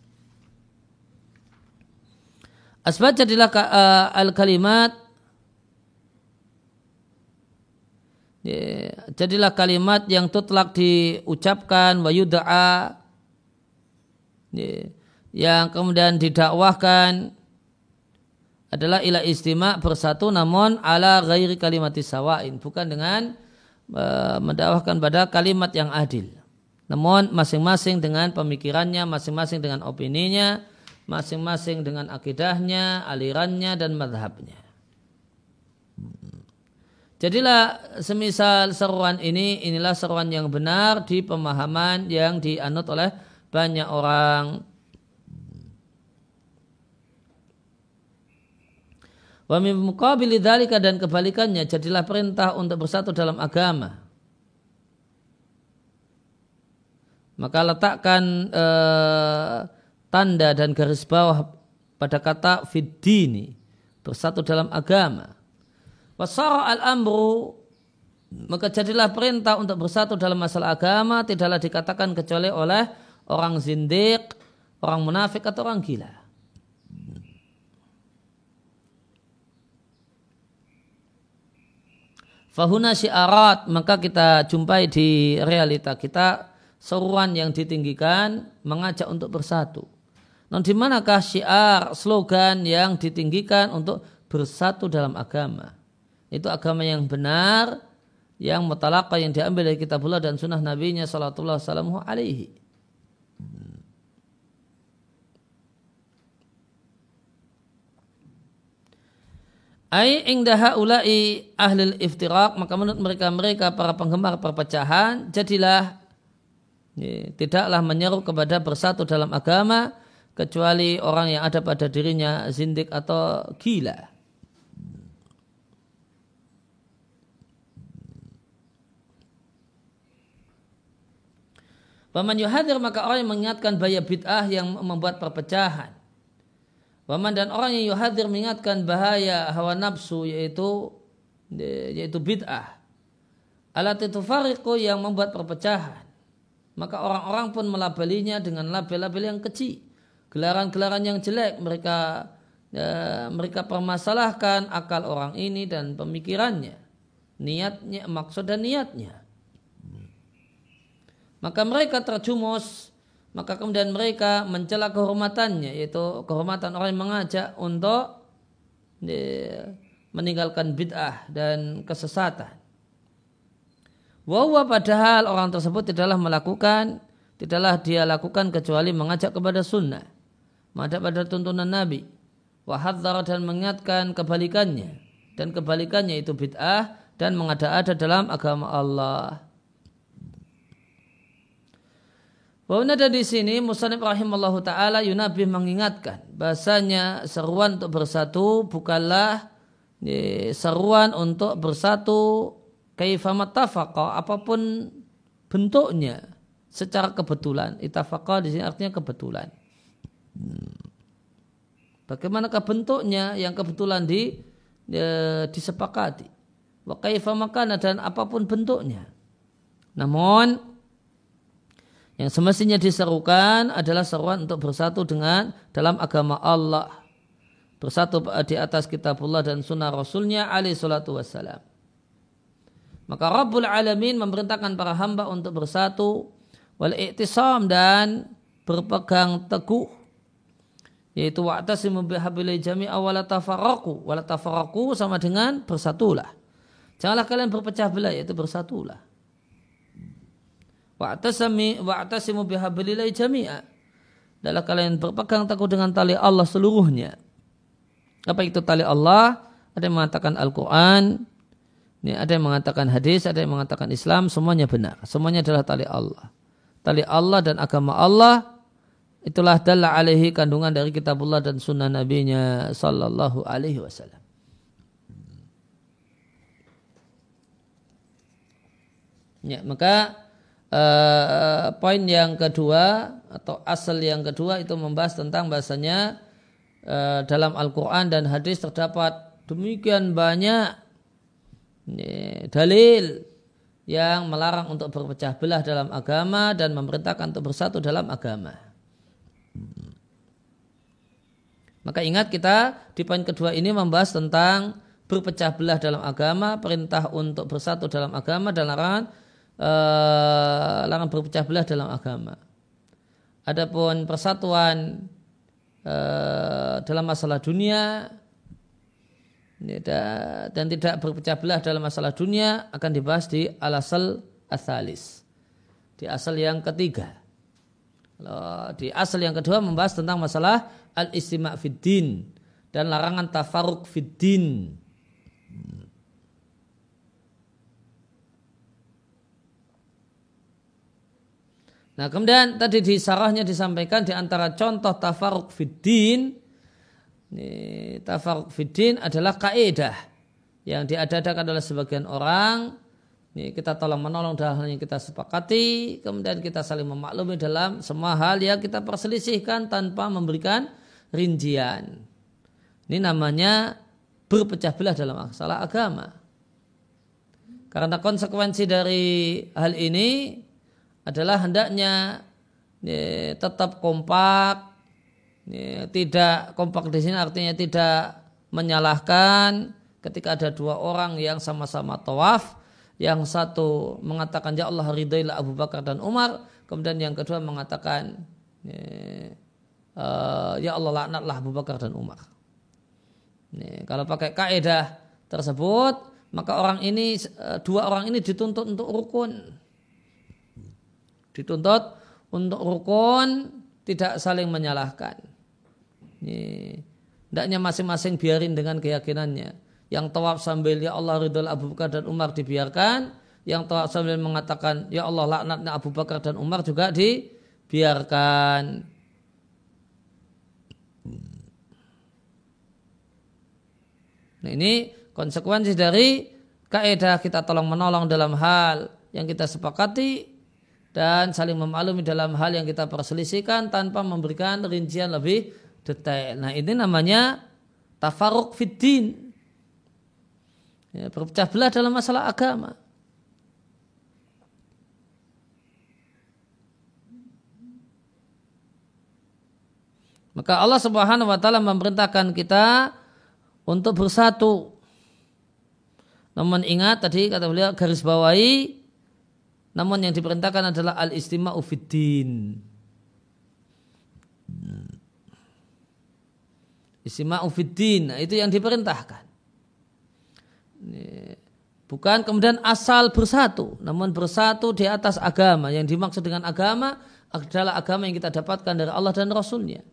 Asbab jadilah al-kalimat, jadilah kalimat yang tutlak diucapkan wa yud'a, yang kemudian didakwahkan adalah ila istima' bersatu, namun ala ghairi kalimati sawain, bukan dengan mendakwahkan pada kalimat yang adil, namun masing-masing dengan pemikirannya, masing-masing dengan opininya, masing-masing dengan akidahnya, alirannya dan madhabnya. Jadilah semisal seruan inilah seruan yang benar di pemahaman yang dianut oleh banyak orang. Wa min muqabili dzalika, dan kebalikannya, jadilah perintah untuk bersatu dalam agama. Maka letakkan tanda dan garis bawah pada kata fiddini, bersatu dalam agama. Wasara al-amru, maka jadilah perintah untuk bersatu dalam masalah agama tidaklah dikatakan kecuali oleh orang zindiq, orang munafik atau orang gila. Fahuna syiarat, maka kita jumpai di realita kita seruan yang ditinggikan mengajak untuk bersatu. Nah, di manakah syiar, slogan yang ditinggikan untuk bersatu dalam agama? Itu agama yang benar, yang mutalaqah, yang diambil dari kitabullah dan sunnah nabinya sallallahu alaihi. Ai indaha ulai ahlil iftiraq, maka menurut mereka para penggemar perpecahan, jadilah tidaklah menyeru kepada bersatu dalam agama kecuali orang yang ada pada dirinya zindik atau gila. Waman yuhadir, maka orang yang mengingatkan bahaya bid'ah yang membuat perpecahan. Waman, dan orang yang yuhadir mengingatkan bahaya hawa nafsu yaitu bid'ah. Alati tufariqu, yang membuat perpecahan. Maka orang-orang pun melabelinya dengan label-label yang keji, gelaran-gelaran yang jelek. Mereka permasalahkan akal orang ini dan pemikirannya, niatnya, maksud dan niatnya. Maka mereka terjumus, maka kemudian mereka mencela kehormatannya, yaitu kehormatan orang yang mengajak untuk meninggalkan bid'ah dan kesesatan. Wahwa, padahal orang tersebut tidaklah dia lakukan kecuali mengajak kepada sunnah, mengajak pada tuntunan Nabi. Wahadzara, dan mengingatkan kebalikannya, dan kebalikannya itu bid'ah dan mengada-ada dalam agama Allah. Bahwa ada di sini musannif rahimallahu taala yunabih, mengingatkan bahasanya seruan untuk bersatu bukanlah seruan untuk bersatu kaifamat tafaqa, apapun bentuknya secara kebetulan. Itafaqa di sini artinya kebetulan. Bagaimanakah bentuknya yang kebetulan disepakati? wa kaifa makana, dan apapun bentuknya. Namun yang semestinya diserukan adalah seruan untuk bersatu dalam agama Allah, bersatu di atas kitabullah dan sunnah Rasulnya alaihi salatu wassalam. Maka Rabbul Alamin memerintahkan para hamba untuk bersatu wal i'tisam, dan berpegang teguh, yaitu wa'tasimu bihablillah jami'a wala tafarraqu. Wala tafarraqu sama dengan bersatulah. Janganlah kalian berpecah belah, yaitu bersatulah. Wa'tasimu bihablillah jami'a, adalah kalian berpegang teguh dengan tali Allah seluruhnya. Apa itu tali Allah? Ada yang mengatakan Al-Quran, ada yang mengatakan hadis, ada yang mengatakan Islam. Semuanya benar, semuanya adalah tali Allah. Tali Allah dan agama Allah, itulah dalla alaihi, kandungan dari kitabullah dan sunnah nabinya sallallahu alaihi wasallam. Ya, maka poin yang kedua atau asal yang kedua itu membahas tentang bahasanya dalam Al-Quran dan hadis terdapat demikian banyak dalil yang melarang untuk berpecah belah dalam agama dan memerintahkan untuk bersatu dalam agama. Maka ingat, kita di poin kedua ini membahas tentang berpecah belah dalam agama, perintah untuk bersatu dalam agama, dan larangan berpecah belah dalam agama. Adapun persatuan dalam masalah dunia dan tidak berpecah belah dalam masalah dunia akan dibahas di al-asal ats-tsalis, di asal yang ketiga. Di asal yang kedua membahas tentang masalah al-istima' fid din dan larangan tafarruq fid din. Nah, kemudian tadi di sarahnya disampaikan di antara contoh tafarruq fid din, tafarruq fid din adalah kaidah yang diadakan oleh sebagian orang. Kita tolong menolong dalam hal yang kita sepakati, kemudian kita saling memaklumi dalam semua hal yang kita perselisihkan tanpa memberikan rincian. Ini namanya berpecah belah dalam masalah agama. Karena konsekuensi dari hal ini adalah hendaknya tetap kompak. Tidak kompak di sini artinya tidak menyalahkan ketika ada dua orang yang sama-sama tawaf, yang satu mengatakan ya Allah ridailah Abu Bakar dan Umar, kemudian yang kedua mengatakan ya Allah laknatlah Abu Bakar dan Umar. Kalau pakai kaidah tersebut, maka dua orang ini dituntut untuk rukun. Dituntut untuk rukun, tidak saling menyalahkan. Hendaknya masing-masing biarin dengan keyakinannya. Yang tawaf sambil ya Allah ridhal Abu Bakar dan Umar dibiarkan. Yang tawaf sambil mengatakan ya Allah laknatnya Abu Bakar dan Umar juga dibiarkan. Nah, ini konsekuensi dari kaidah kita tolong menolong dalam hal yang kita sepakati dan saling memaklumi dalam hal yang kita perselisihkan tanpa memberikan rincian lebih detail. Nah, ini namanya tafarruq fid din. Berpecah belah dalam masalah agama. Maka Allah Subhanahu wa taala memerintahkan kita untuk bersatu. Namun ingat tadi kata beliau garis bawahi, namun yang diperintahkan adalah al-istima'u fid din. Istima'u fid din, itu yang diperintahkan. Bukan kemudian asal bersatu, namun bersatu di atas agama. Yang dimaksud dengan agama adalah agama yang kita dapatkan dari Allah dan Rasulnya.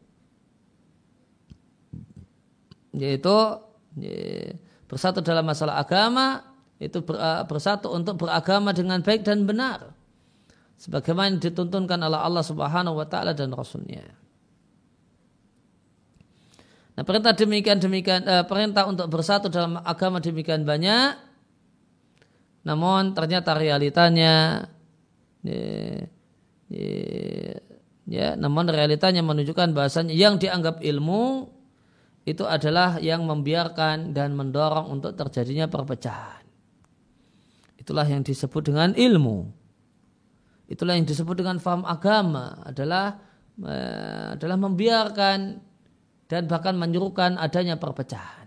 Yaitu bersatu dalam masalah agama, itu bersatu untuk beragama dengan baik dan benar, sebagaimana dituntunkan oleh Allah Subhanahu wa taala dan Rasulnya. Nah, perintah perintah untuk bersatu dalam agama demikian banyak, namun ternyata realitanya namun realitanya menunjukkan bahasanya yang dianggap ilmu itu adalah yang membiarkan dan mendorong untuk terjadinya perpecahan. itulah yang disebut dengan ilmu. Itulah yang disebut dengan faham agama adalah membiarkan dan bahkan menyuruhkan adanya perpecahan.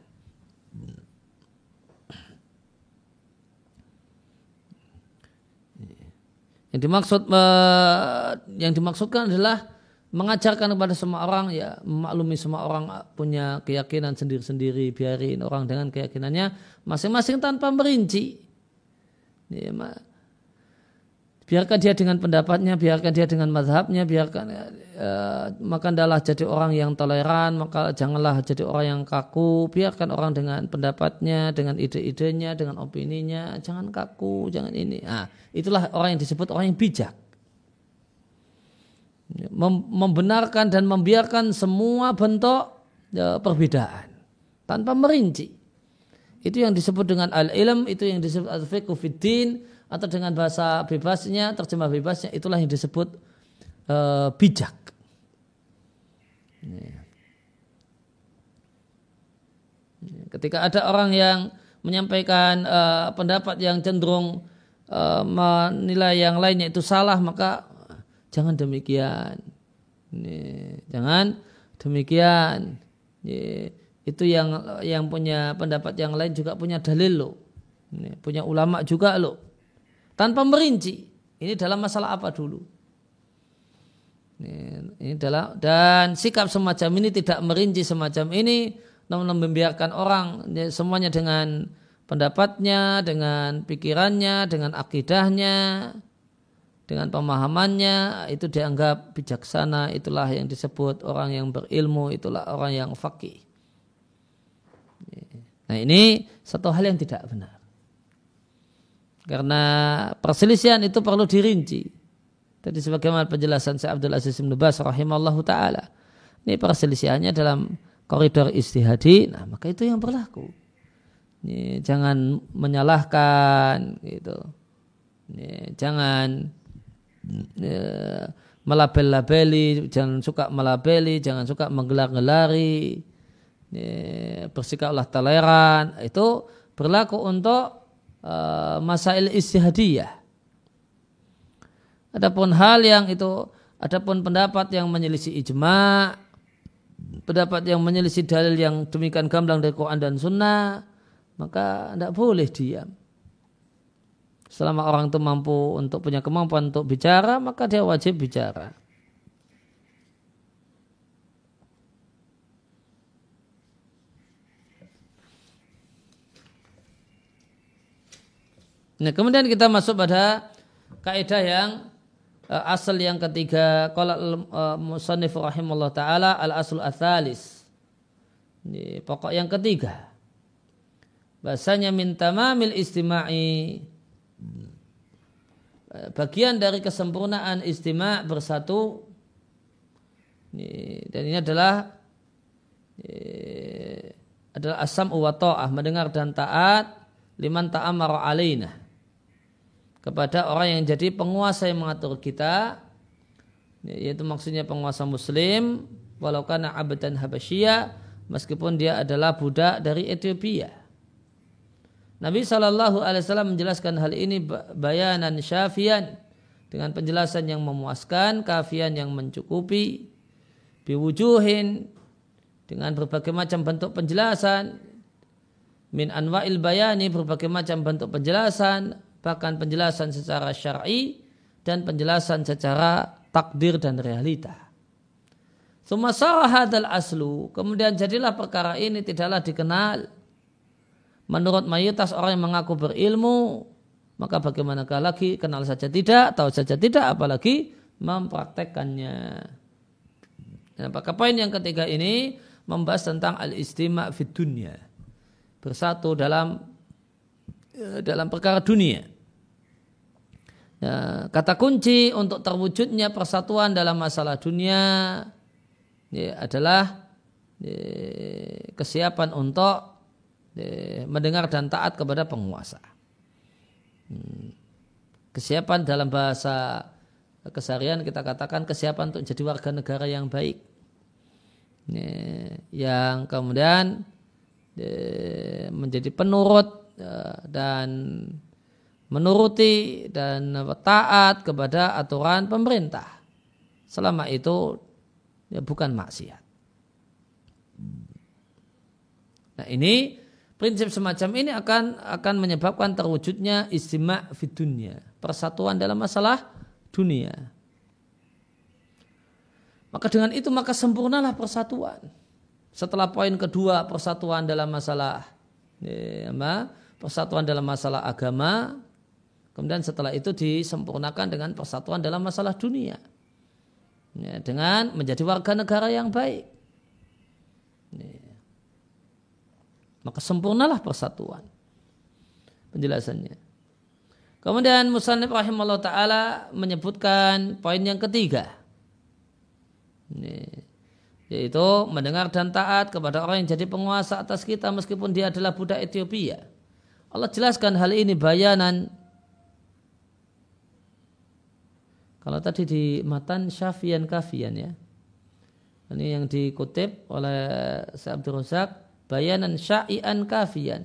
Yang dimaksudkan adalah mengajarkan kepada semua orang, ya memaklumi semua orang punya keyakinan sendiri-sendiri, biarin orang dengan keyakinannya masing-masing tanpa merinci. Ya, biarkan dia dengan pendapatnya, biarkan dia dengan mazhabnya, maka adalah jadi orang yang toleran, maka janganlah jadi orang yang kaku. Biarkan orang dengan pendapatnya, dengan ide-idenya, dengan opininya, jangan kaku, jangan ini. Itulah orang yang disebut orang yang bijak. Membenarkan dan membiarkan semua bentuk perbedaan tanpa merinci. Itu yang disebut dengan al-ilm, itu yang disebut al-fiqhu fiddin, atau dengan bahasa bebasnya, terjemah bebasnya, itulah yang disebut bijak. Ketika ada orang yang menyampaikan pendapat yang cenderung menilai yang lainnya itu salah, maka jangan demikian. Jangan demikian. Itu yang punya pendapat yang lain juga punya dalil loh. Punya ulama juga loh. Tanpa merinci, ini dalam masalah apa dulu? Dan sikap semacam ini tidak merinci semacam ini, namun membiarkan orang semuanya dengan pendapatnya, dengan pikirannya, dengan akidahnya, dengan pemahamannya, itu dianggap bijaksana. Itulah yang disebut orang yang berilmu, itulah orang yang faqih. Nah, ini satu hal yang tidak benar. Karena perselisihan itu perlu dirinci. Tadi sebagaimana penjelasan Syekh Abdul Aziz bin Baz rahimallahu taala. Ini perselisihannya dalam koridor istihadi, nah maka itu yang berlaku. Ini jangan menyalahkan gitu. Ini jangan melabel-labeli, jangan suka melabeli, jangan suka menggelar-gelari. Bersikaplah toleran. Itu berlaku untuk masail istihadiyah. Adapun hal yang itu, adapun pendapat yang menyelisih ijma', pendapat yang menyelisih dalil yang demikian gamblang dari Quran dan Sunnah, maka tidak boleh diam. Selama orang itu mampu untuk punya kemampuan untuk bicara, maka dia wajib bicara. Nah, kemudian kita masuk pada kaidah yang asal yang ketiga. Qala al-musannif rahimahullah taala al-asl ats-tsalis. Ini pokok yang ketiga. Bahasanya min tamamil istima'i, bagian dari kesempurnaan istima' bersatu. Dan ini adalah as-sam'u wa ta'ah, mendengar dan taat, liman ta'amara alaina, kepada orang yang jadi penguasa yang mengatur kita, yaitu maksudnya penguasa muslim, walau kana abdan habasyiyah, meskipun dia adalah budak dari Ethiopia. Nabi SAW menjelaskan hal ini bayanan syafian, dengan penjelasan yang memuaskan, kafian yang mencukupi, biwujuhin, dengan berbagai macam bentuk penjelasan, min anwa'il bayani, berbagai macam bentuk penjelasan, bahkan penjelasan secara syar'i dan penjelasan secara takdir dan realita. Sumasara hadal aslu, kemudian jadilah perkara ini tidaklah dikenal menurut mayoritas orang yang mengaku berilmu, maka bagaimanakah lagi kenal saja tidak, tahu saja tidak, apalagi mempraktekkannya. Nah, maka poin yang ketiga ini membahas tentang al-istima' fid dunya, bersatu dalam perkara dunia. Ya, kata kunci untuk terwujudnya persatuan dalam masalah dunia adalah kesiapan untuk mendengar dan taat kepada penguasa. Kesiapan dalam bahasa keseharian kita katakan kesiapan untuk jadi warga negara yang baik, yang kemudian menjadi penurut dan menuruti dan taat kepada aturan pemerintah. Selama itu ya bukan maksiat. Nah ini prinsip semacam ini akan menyebabkan terwujudnya istima' fid dunya, persatuan dalam masalah dunia. Maka dengan itu maka sempurnalah persatuan. Setelah poin kedua persatuan dalam masalah persatuan dalam masalah agama, kemudian setelah itu disempurnakan dengan persatuan dalam masalah dunia. Ya, dengan menjadi warga negara yang baik. Ya. Maka sempurnalah persatuan. Penjelasannya. Kemudian musannif rahimahullah ta'ala menyebutkan poin yang ketiga. Ya. Yaitu mendengar dan taat kepada orang yang jadi penguasa atas kita meskipun dia adalah budak Ethiopia. Allah jelaskan hal ini bayanan. Kalau tadi di matan syafian kafian ya. Ini yang dikutip oleh Syekh Abdul Razak, bayanan syai'an kafian.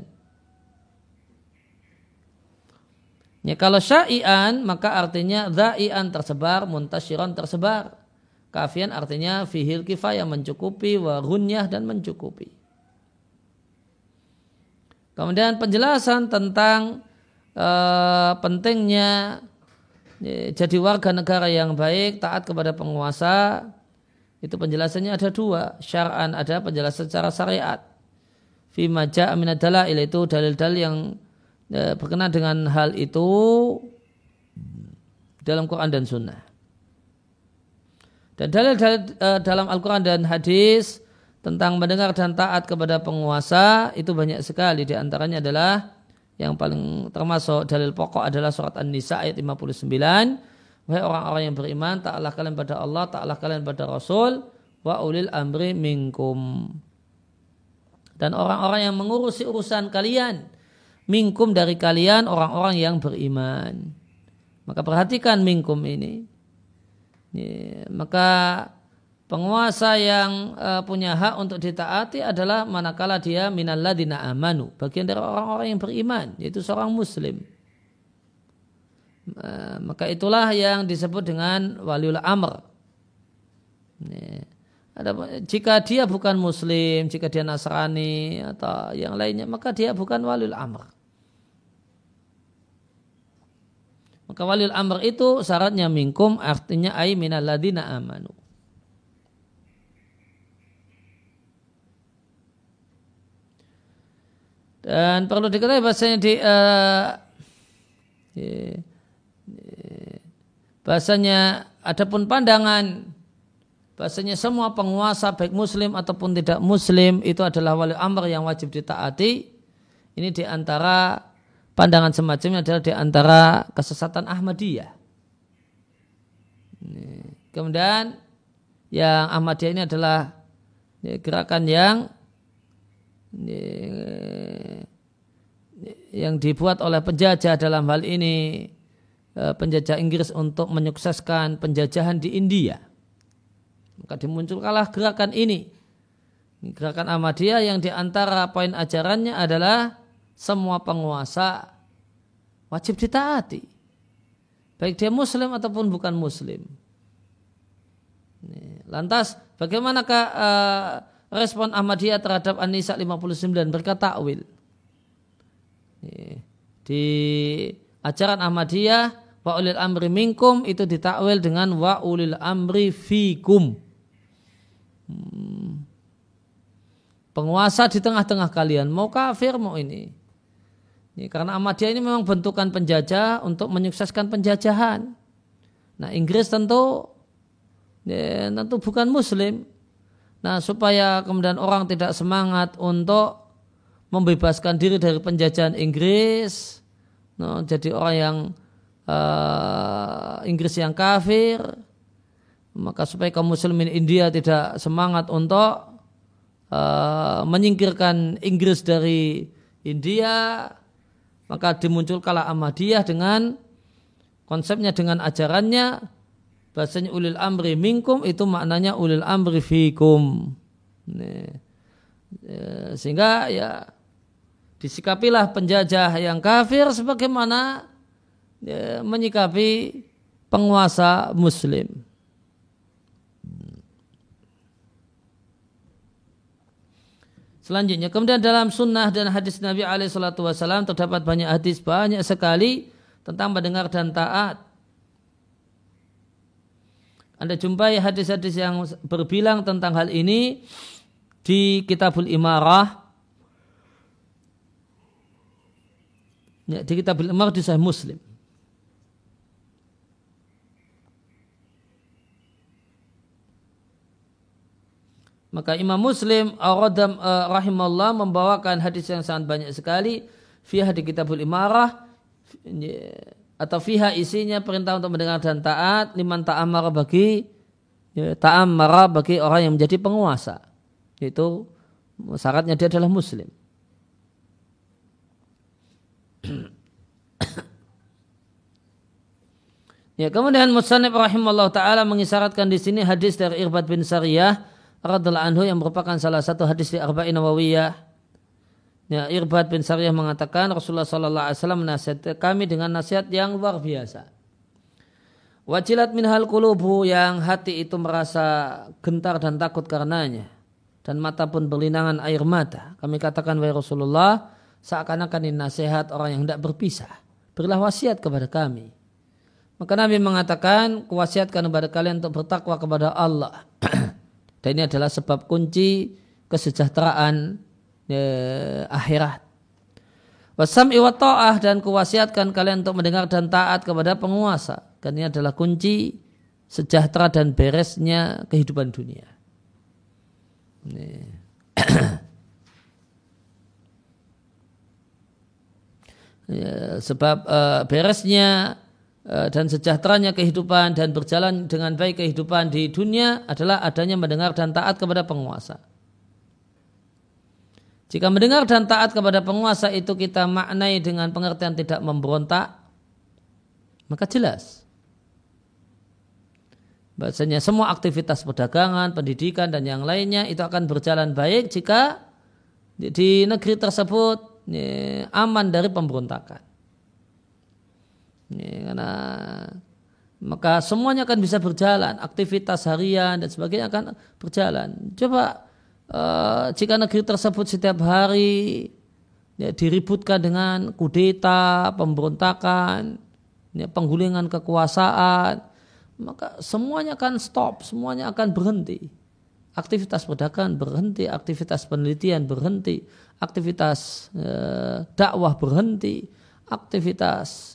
Ya, kalau syai'an maka artinya dha'ian tersebar, muntasyiran tersebar. Kafian artinya fihil kifayah mencukupi, wa ghunyah dan mencukupi. Kemudian penjelasan tentang pentingnya jadi warga negara yang baik, taat kepada penguasa, itu penjelasannya ada dua. Syar'an ada penjelasan secara syariat. Fi maja' minad dalail itu dalil-dalil yang berkenaan dengan hal itu dalam Quran dan Sunnah. Dan dalil-dalil dalam Al-Quran dan hadis tentang mendengar dan taat kepada penguasa itu banyak sekali. Di antaranya adalah yang paling termasuk dalil pokok adalah surat An-Nisa ayat 59. Wahai orang-orang yang beriman, taatlah kalian pada Allah, taatlah kalian pada Rasul, wa ulil amri minkum. Dan orang-orang yang mengurusi urusan kalian, minkum dari kalian orang-orang yang beriman. Maka perhatikan minkum ini. Ya, maka penguasa yang punya hak untuk ditaati adalah manakala dia minalladzina amanu, bagian dari orang-orang yang beriman, yaitu seorang muslim. Maka itulah yang disebut dengan waliul amr. Ya. Jika dia bukan muslim, jika dia Nasrani atau yang lainnya, maka dia bukan waliul amr. Maka waliul amr itu syaratnya minkum, artinya ay minalladzina amanu. Dan perlu diketahui bahasanya bahasanya adapun pandangan bahasanya semua penguasa baik muslim ataupun tidak muslim itu adalah waliul amr yang wajib ditaati. Ini diantara pandangan semacamnya adalah di antara kesesatan Ahmadiyah. Kemudian yang Ahmadiyah ini adalah gerakan yang dibuat oleh penjajah, dalam hal ini penjajah Inggris untuk menyukseskan penjajahan di India. Maka dimunculkanlah gerakan ini. Gerakan Ahmadiyah yang di antara poin ajarannya adalah semua penguasa wajib ditaati, baik dia muslim ataupun bukan muslim. Lantas bagaimanakah respon Ahmadiyah terhadap An-Nisa 59? Mereka takwil. Di ajaran Ahmadiyah wa ulil amri minkum itu ditakwil dengan wa ulil amri fikum. Penguasa di tengah-tengah kalian, mau kafir mau ini. Karena Ahmadiyah ini memang bentukan penjajah untuk menyukseskan penjajahan. Nah, Inggris tentu bukan muslim. Nah, supaya kemudian orang tidak semangat untuk membebaskan diri dari penjajahan Inggris, jadi orang yang Inggris yang kafir, maka supaya kaum muslimin India tidak semangat untuk menyingkirkan Inggris dari India, maka dimunculkanlah Ahmadiyah dengan konsepnya, dengan ajarannya bahasanya ulil amri minkum itu maknanya ulil amri fikum. Sehingga ya disikapilah penjajah yang kafir sebagaimana menyikapi penguasa muslim. Selanjutnya, kemudian dalam sunnah dan hadis Nabi SAW terdapat banyak hadis, banyak sekali tentang mendengar dan taat. Anda jumpai hadis-hadis yang berbilang tentang hal ini di Kitabul Imarah. Ya, di Kitabul Imarah di Sahih Muslim. Maka Imam Muslim rahimahullah membawakan hadis yang sangat banyak sekali. Fiha di Kitabul Imarah, atau fiha isinya perintah untuk mendengar dan taat liman ta'amara bagi orang yang menjadi penguasa. Itu syaratnya dia adalah muslim. Ya, kemudian Musannif rahimahullah taala mengisyaratkan di sini hadis dari Irbad bin Sariyah radhiyallahu anhu yang merupakan salah satu hadis di Arba'in Nawawiyah. Ya, Irbad bin Sariyah mengatakan Rasulullah sallallahu alaihi wasallam menasihat kami dengan nasihat yang luar biasa. Wajilat minhal qulubu, yang hati itu merasa gentar dan takut karenanya, dan mata pun berlinangan air mata. Kami katakan, wahai Rasulullah, seakan-akan ini nasihat orang yang hendak berpisah. Berilah wasiat kepada kami. Maka Nabi mengatakan, kuwasiatkan kepada kalian untuk bertakwa kepada Allah. Dan ini adalah sebab kunci kesejahteraan akhirat. Wasam'i wa ta'ah, dan kuwasiatkan kalian untuk mendengar dan taat kepada penguasa. Dan ini adalah kunci sejahtera dan beresnya kehidupan dunia. Ya, sebab beresnya dan sejahteranya kehidupan dan berjalan dengan baik kehidupan di dunia adalah adanya mendengar dan taat kepada penguasa. Jika mendengar dan taat kepada penguasa itu kita maknai dengan pengertian tidak memberontak, maka jelas bahasanya semua aktivitas perdagangan, pendidikan dan yang lainnya itu akan berjalan baik jika di negeri tersebut aman dari pemberontakan. Karena maka semuanya akan bisa berjalan, aktivitas harian dan sebagainya akan berjalan. Coba jika negeri tersebut setiap hari diributkan dengan kudeta, pemberontakan, penggulingan kekuasaan, maka semuanya akan stop, semuanya akan berhenti. Aktivitas perdagangan berhenti, aktivitas penelitian berhenti, aktivitas dakwah berhenti, aktivitas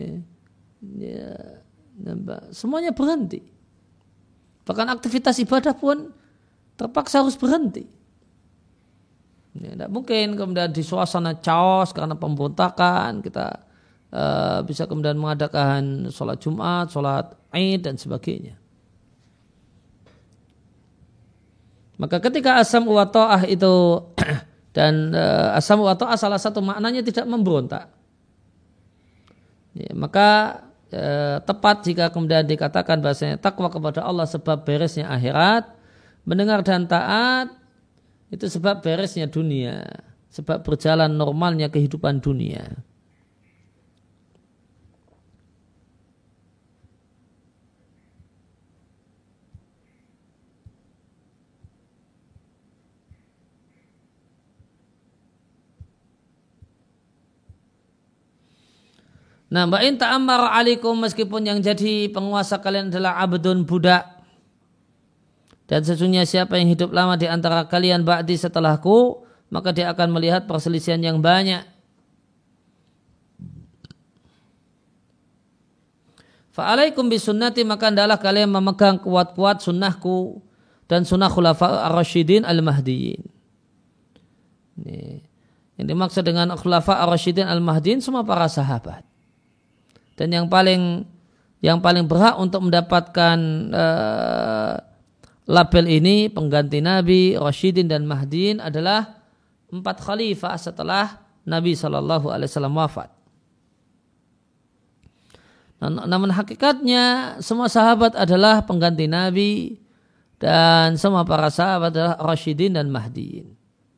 semuanya berhenti. Bahkan aktivitas ibadah pun terpaksa harus berhenti. Tidak mungkin kemudian di suasana chaos karena pemberontakan kita bisa kemudian mengadakan sholat Jumat, sholat Id dan sebagainya. Maka ketika asam wa ta'ah itu dan asam wa ta'ah salah satu maknanya tidak memberontak. Ya, maka tepat jika kemudian dikatakan bahasanya takwa kepada Allah sebab beresnya akhirat, mendengar dan taat itu sebab beresnya dunia, sebab berjalan normalnya kehidupan dunia. Nah, ba'in ta'ammara alaikum, meskipun yang jadi penguasa kalian adalah abdun, budak. Dan sesungguhnya siapa yang hidup lama di antara kalian ba'di setelahku, maka dia akan melihat perselisihan yang banyak. Fa'alaikum bisunnati, maka hendaklah kalian memegang kuat-kuat sunnahku dan sunnah khulafa ar-rasyidin al-mahdiyin. Yang dimaksud dengan khulafa ar-rasyidin al-mahdiyin semua para sahabat. Dan yang paling berhak untuk mendapatkan label ini pengganti Nabi, Rasyidin dan Mahdiin adalah 4 khalifah setelah Nabi SAW wafat. Namun hakikatnya semua sahabat adalah pengganti Nabi dan semua para sahabat adalah Rasyidin dan Mahdiin.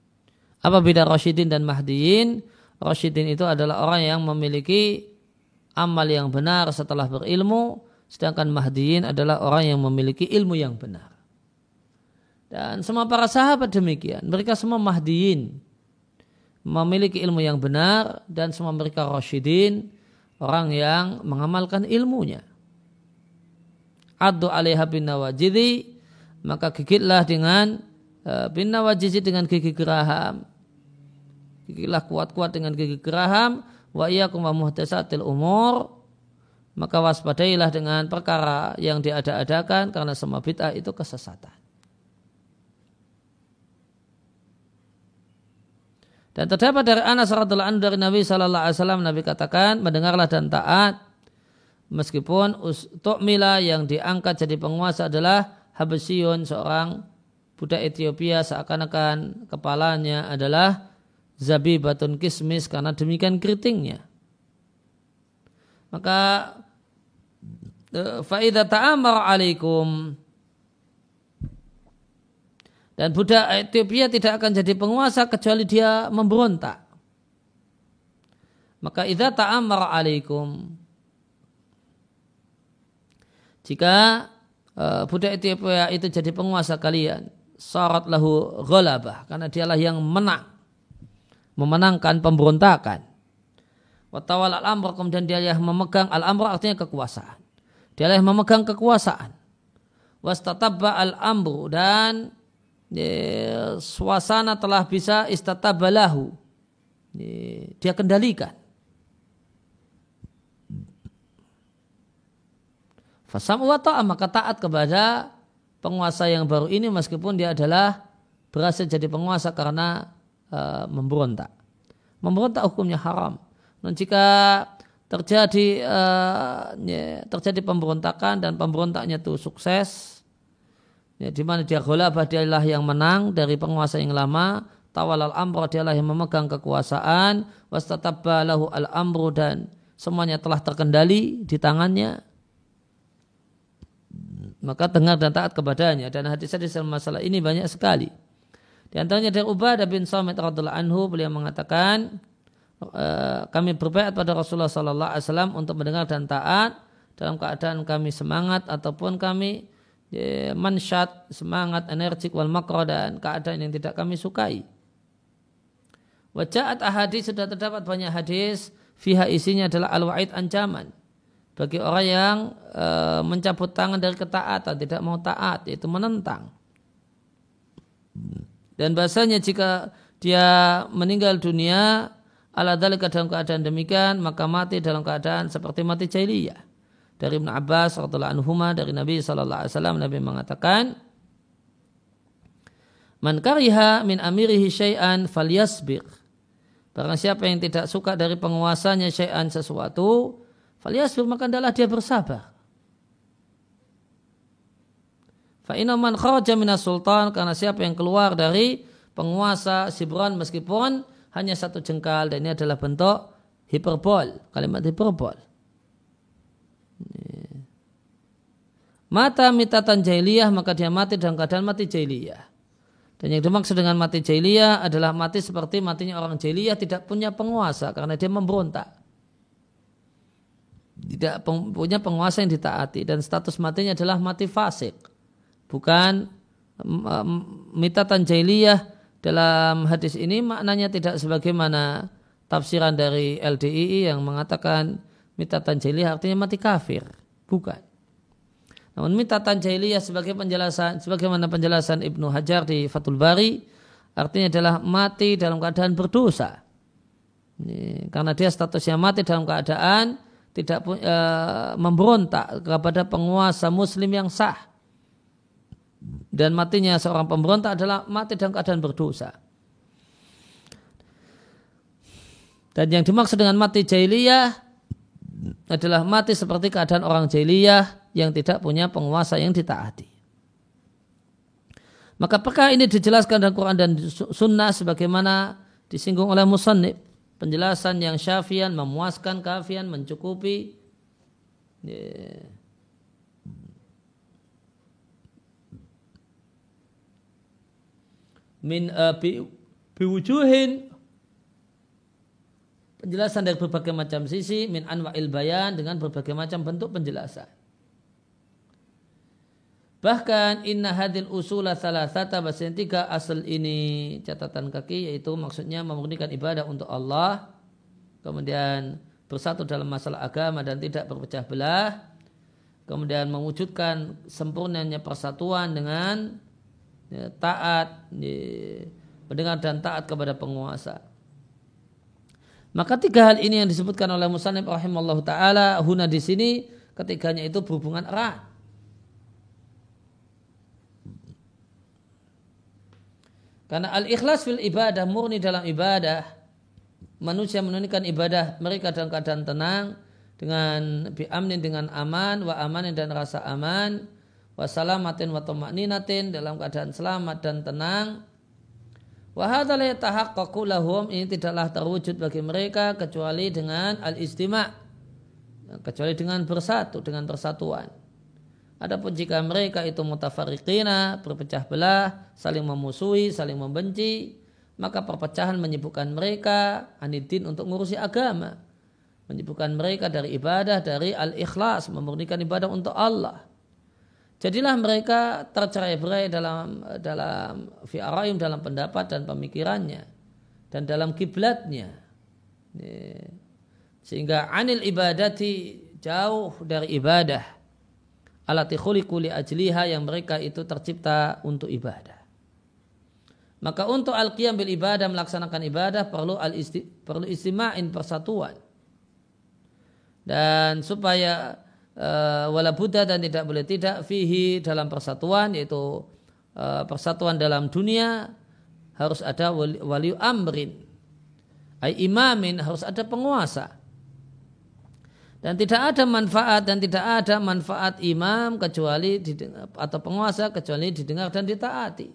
Apa beda Rasyidin dan Mahdiin? Rasyidin itu adalah orang yang memiliki amal yang benar setelah berilmu, sedangkan mahdiyin adalah orang yang memiliki ilmu yang benar. Dan semua para sahabat demikian, mereka semua mahdiyin, memiliki ilmu yang benar, dan semua mereka rasyidin, orang yang mengamalkan ilmunya. Addu 'alaiha bin nawajidhi, maka gigitlah dengan bin nawajidhi, dengan gigi geraham. Gigitlah kuat-kuat dengan gigi geraham. Wa iyyakum wa muhdatsatil umur, maka waspadailah dengan perkara yang diada-adakan, karena semua bid'ah itu kesesatan. Dan terdapat dari Anas radhiyallahu anhu dari Nabi sallallahu alaihi wasallam, Nabi katakan, mendengarlah dan taat meskipun tu'mila, yang diangkat jadi penguasa adalah Habasyun, seorang budak Ethiopia, seakan-akan kepalanya adalah zabibatun kismis, karena demikian keritingnya. Maka fa idza ta'amara 'alaikum, dan budak Ethiopia tidak akan jadi penguasa kecuali dia memberontak. Maka idza ta'amara 'alaikum, jika budak Ethiopia itu jadi penguasa kalian, syarat lahu ghalabah, karena dialah yang memenangkan pemberontakan. Wa tawalla al-amr, kemudian dia yang memegang al-amr, artinya kekuasaan. Dia yang memegang kekuasaan. Wastatabba al-amru, dan suasana telah bisa istatabalahu, dia kendalikan. Fasam wa ta'am, maka taat kepada penguasa yang baru ini meskipun dia adalah berhasil jadi penguasa karena memberontak. Memberontak hukumnya haram. Dan jika terjadi pemberontakan dan pemberontaknya itu sukses, di mana dia ghalabah, dialah yang menang dari penguasa yang lama, tawallal amra, dialah yang memegang kekuasaan, wastatabba lahu al-amru, dan semuanya telah terkendali di tangannya, maka dengar dan taat kepadanya. Dan hadis-hadis dalam masalah ini banyak sekali. Di antaranya dari Ubadah bin Samit radhiyallahu anhu, beliau mengatakan, kami berbaiat pada Rasulullah sallallahu alaihi wasallam untuk mendengar dan taat dalam keadaan kami semangat ataupun kami mansyat, semangat, energik, wal makro, dan keadaan yang tidak kami sukai. Waja'at ahadits, sudah terdapat banyak hadis, fiha, isinya adalah al-wa'id, ancaman bagi orang yang mencabut tangan dari ketaatan, tidak mau taat, yaitu menentang. Dan bahasanya jika dia meninggal dunia ala dzalika, dalam keadaan demikian, maka mati dalam keadaan seperti mati jahiliyah. Dari Ibnu Abbas radhiyallahu anhuma, dari Nabi sallallahu alaihi wasallam, Nabi mengatakan, man kariha min amirihi syai'an falyasbir, barang siapa yang tidak suka dari penguasanya syai'an, sesuatu, falyasbir, maka hendaklah dia bersabar. Fa inna man kharaja minas sultan, karena siapa yang keluar dari penguasa sibran, meskipun hanya satu jengkal, dan ini adalah bentuk hiperbol, kalimat hiperbol. Mata mitatan jahiliyah, maka dia mati dalam keadaan mati jahiliyah. Dan yang dimaksud dengan mati jahiliyah adalah mati seperti matinya orang jahiliyah, tidak punya penguasa karena dia memberontak, tidak punya penguasa yang ditaati, dan status matinya adalah mati fasik, bukan mitatan jahiliyah. Dalam hadis ini maknanya tidak sebagaimana tafsiran dari LDII yang mengatakan mitatan jahiliyah artinya mati kafir, bukan. Namun mitatan jahiliyah sebagaimana penjelasan Ibnu Hajar di Fathul Bari, artinya adalah mati dalam keadaan berdosa. Karena dia statusnya mati dalam keadaan tidak memberontak kepada penguasa muslim yang sah. Dan matinya seorang pemberontak adalah mati dalam keadaan berdosa. Dan yang dimaksud dengan mati jahiliyah adalah mati seperti keadaan orang jahiliyah yang tidak punya penguasa yang ditaati. Maka perkara ini dijelaskan dalam Quran dan Sunnah sebagaimana disinggung oleh musannif, penjelasan yang syafian, memuaskan, kafian, mencukupi. Min biwujuhin, Penjelasan dari berbagai macam sisi min anwa'il bayan dengan berbagai macam bentuk penjelasan. Bahkan inna hadil usula salasata bahasa yang 3 asal ini catatan kaki yaitu maksudnya memurnikan ibadah untuk Allah, kemudian bersatu dalam masalah agama dan tidak berpecah belah, kemudian mewujudkan sempurnanya persatuan dengan taat, mendengar dan taat kepada penguasa. Maka 3 hal ini yang disebutkan oleh musannif rahimallahu taala huna di sini ketiganya itu berhubungan erat. Karena al-ikhlas fil ibadah, murni dalam ibadah, manusia menunaikan ibadah mereka dalam keadaan tenang dengan bi'amnin dengan aman, wa amanin dan rasa aman, wa salamatin wa tuma'ninatin dalam keadaan selamat dan tenang. Wa hadza la yatahaqqaqu lahum, ini tidaklah terwujud bagi mereka kecuali dengan al-istima', kecuali dengan bersatu, dengan persatuan. Adapun jika mereka itu mutafarriqina, berpecah belah, saling memusuhi, saling membenci, maka perpecahan menyibukkan mereka anidin untuk ngurusi agama, menyibukkan mereka dari ibadah, dari al-ikhlas, memurnikan ibadah untuk Allah. Jadilah mereka tercerai-berai dalam fi araim, dalam pendapat dan pemikirannya dan dalam kiblatnya, sehingga anil ibadati, jauh dari ibadah, alati khuliqu li ajliha, yang mereka itu tercipta untuk ibadah. Maka untuk al-qiyam bil ibadah, melaksanakan ibadah, perlu istima'in, persatuan. Dan supaya wala budda, dan tidak boleh tidak, fihi, dalam persatuan, yaitu persatuan dalam dunia, harus ada wali amrin, ay imamin, harus ada penguasa. Dan tidak ada manfaat imam kecuali atau penguasa kecuali didengar dan ditaati.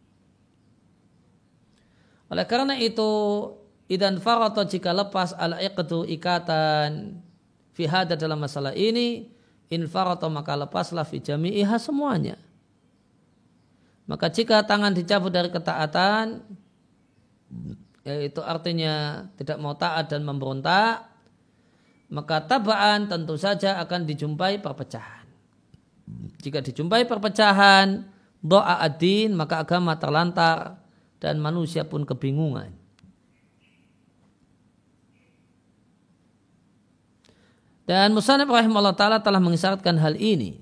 Oleh karena itu, idan farata, jika lepas al-iqdu, ikatan, fi hada, dalam masalah ini, infarata, maka lepaslah fi jami'iha, semuanya. Maka jika tangan dicabut dari ketaatan, yaitu artinya tidak mau taat dan memberontak, maka tabaan, tentu saja akan dijumpai perpecahan. Jika dijumpai perpecahan, doa ad-din, maka agama terlantar dan manusia pun kebingungan. Dan musannif rahimahullah ta'ala telah mengisyaratkan hal ini.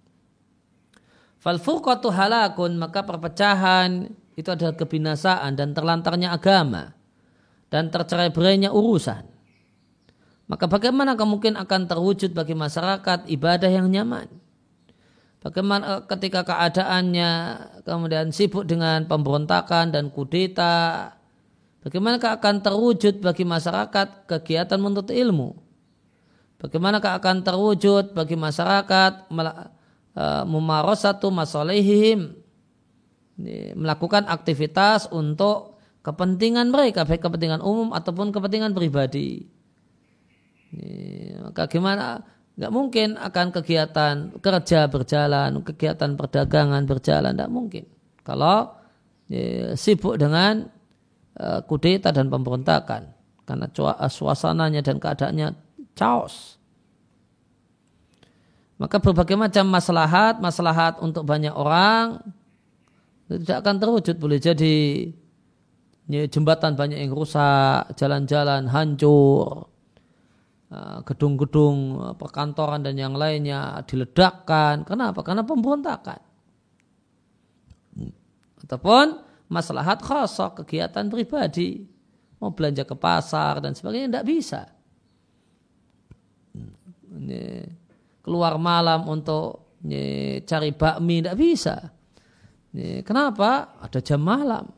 Fal furqatu halakun, maka perpecahan itu adalah kebinasaan dan terlantarnya agama dan tercerai-berainya urusan. Maka bagaimana kemungkinan akan terwujud bagi masyarakat ibadah yang nyaman? Bagaimana ketika keadaannya kemudian sibuk dengan pemberontakan dan kudeta? Bagaimana akan terwujud bagi masyarakat kegiatan menuntut ilmu? Bagaimana akan terwujud bagi masyarakat mumarasatu masalihim, melakukan aktivitas untuk kepentingan mereka, baik kepentingan umum ataupun kepentingan pribadi. Maka gimana? Nggak mungkin akan kegiatan kerja berjalan, kegiatan perdagangan berjalan, nggak mungkin kalau sibuk dengan kudeta dan pemberontakan, karena suasananya dan keadaannya chaos. Maka berbagai macam maslahat untuk banyak orang tidak akan terwujud. Boleh jadi jembatan banyak yang rusak, jalan-jalan hancur, gedung-gedung perkantoran dan yang lainnya diledakkan. Kenapa? Karena pemberontakan. Ataupun maslahat khasah, kegiatan pribadi, mau belanja ke pasar dan sebagainya, tidak bisa. Keluar malam untuk cari bakmi, tidak bisa. Kenapa? Ada jam malam.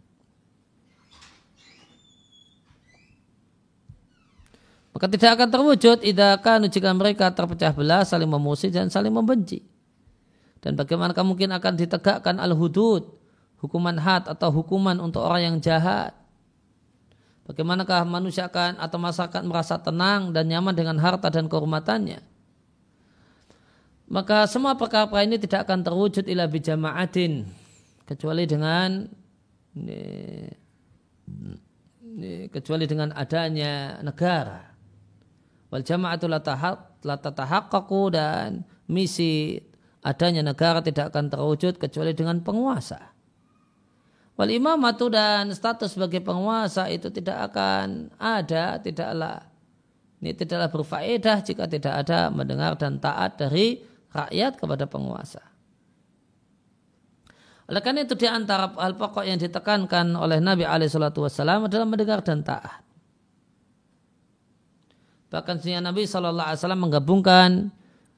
Maka tidak akan terwujud jika mereka terpecah belah, saling memusuhi dan saling membenci. Dan bagaimana mungkin akan ditegakkan al-hudud, hukuman had atau hukuman untuk orang yang jahat? Bagaimanakah manusia atau masyarakat merasa tenang dan nyaman dengan harta dan kehormatannya? Maka semua perkara ini tidak akan terwujud illa bijama'atin, kecuali dengan kecuali dengan adanya negara. Wal jama'atu la tatahaqqaqu, dan misi adanya negara tidak akan terwujud kecuali dengan penguasa. Wal imamatu, dan status sebagai penguasa itu tidak akan ada, tidaklah berfaedah jika tidak ada mendengar dan taat dari rakyat kepada penguasa. Oleh karena itu di antara hal pokok yang ditekankan oleh Nabi SAW adalah mendengar dan taat. Bahkan Nabi SAW menggabungkan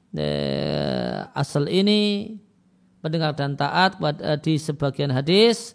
asal ini, mendengar dan taat, di sebagian hadis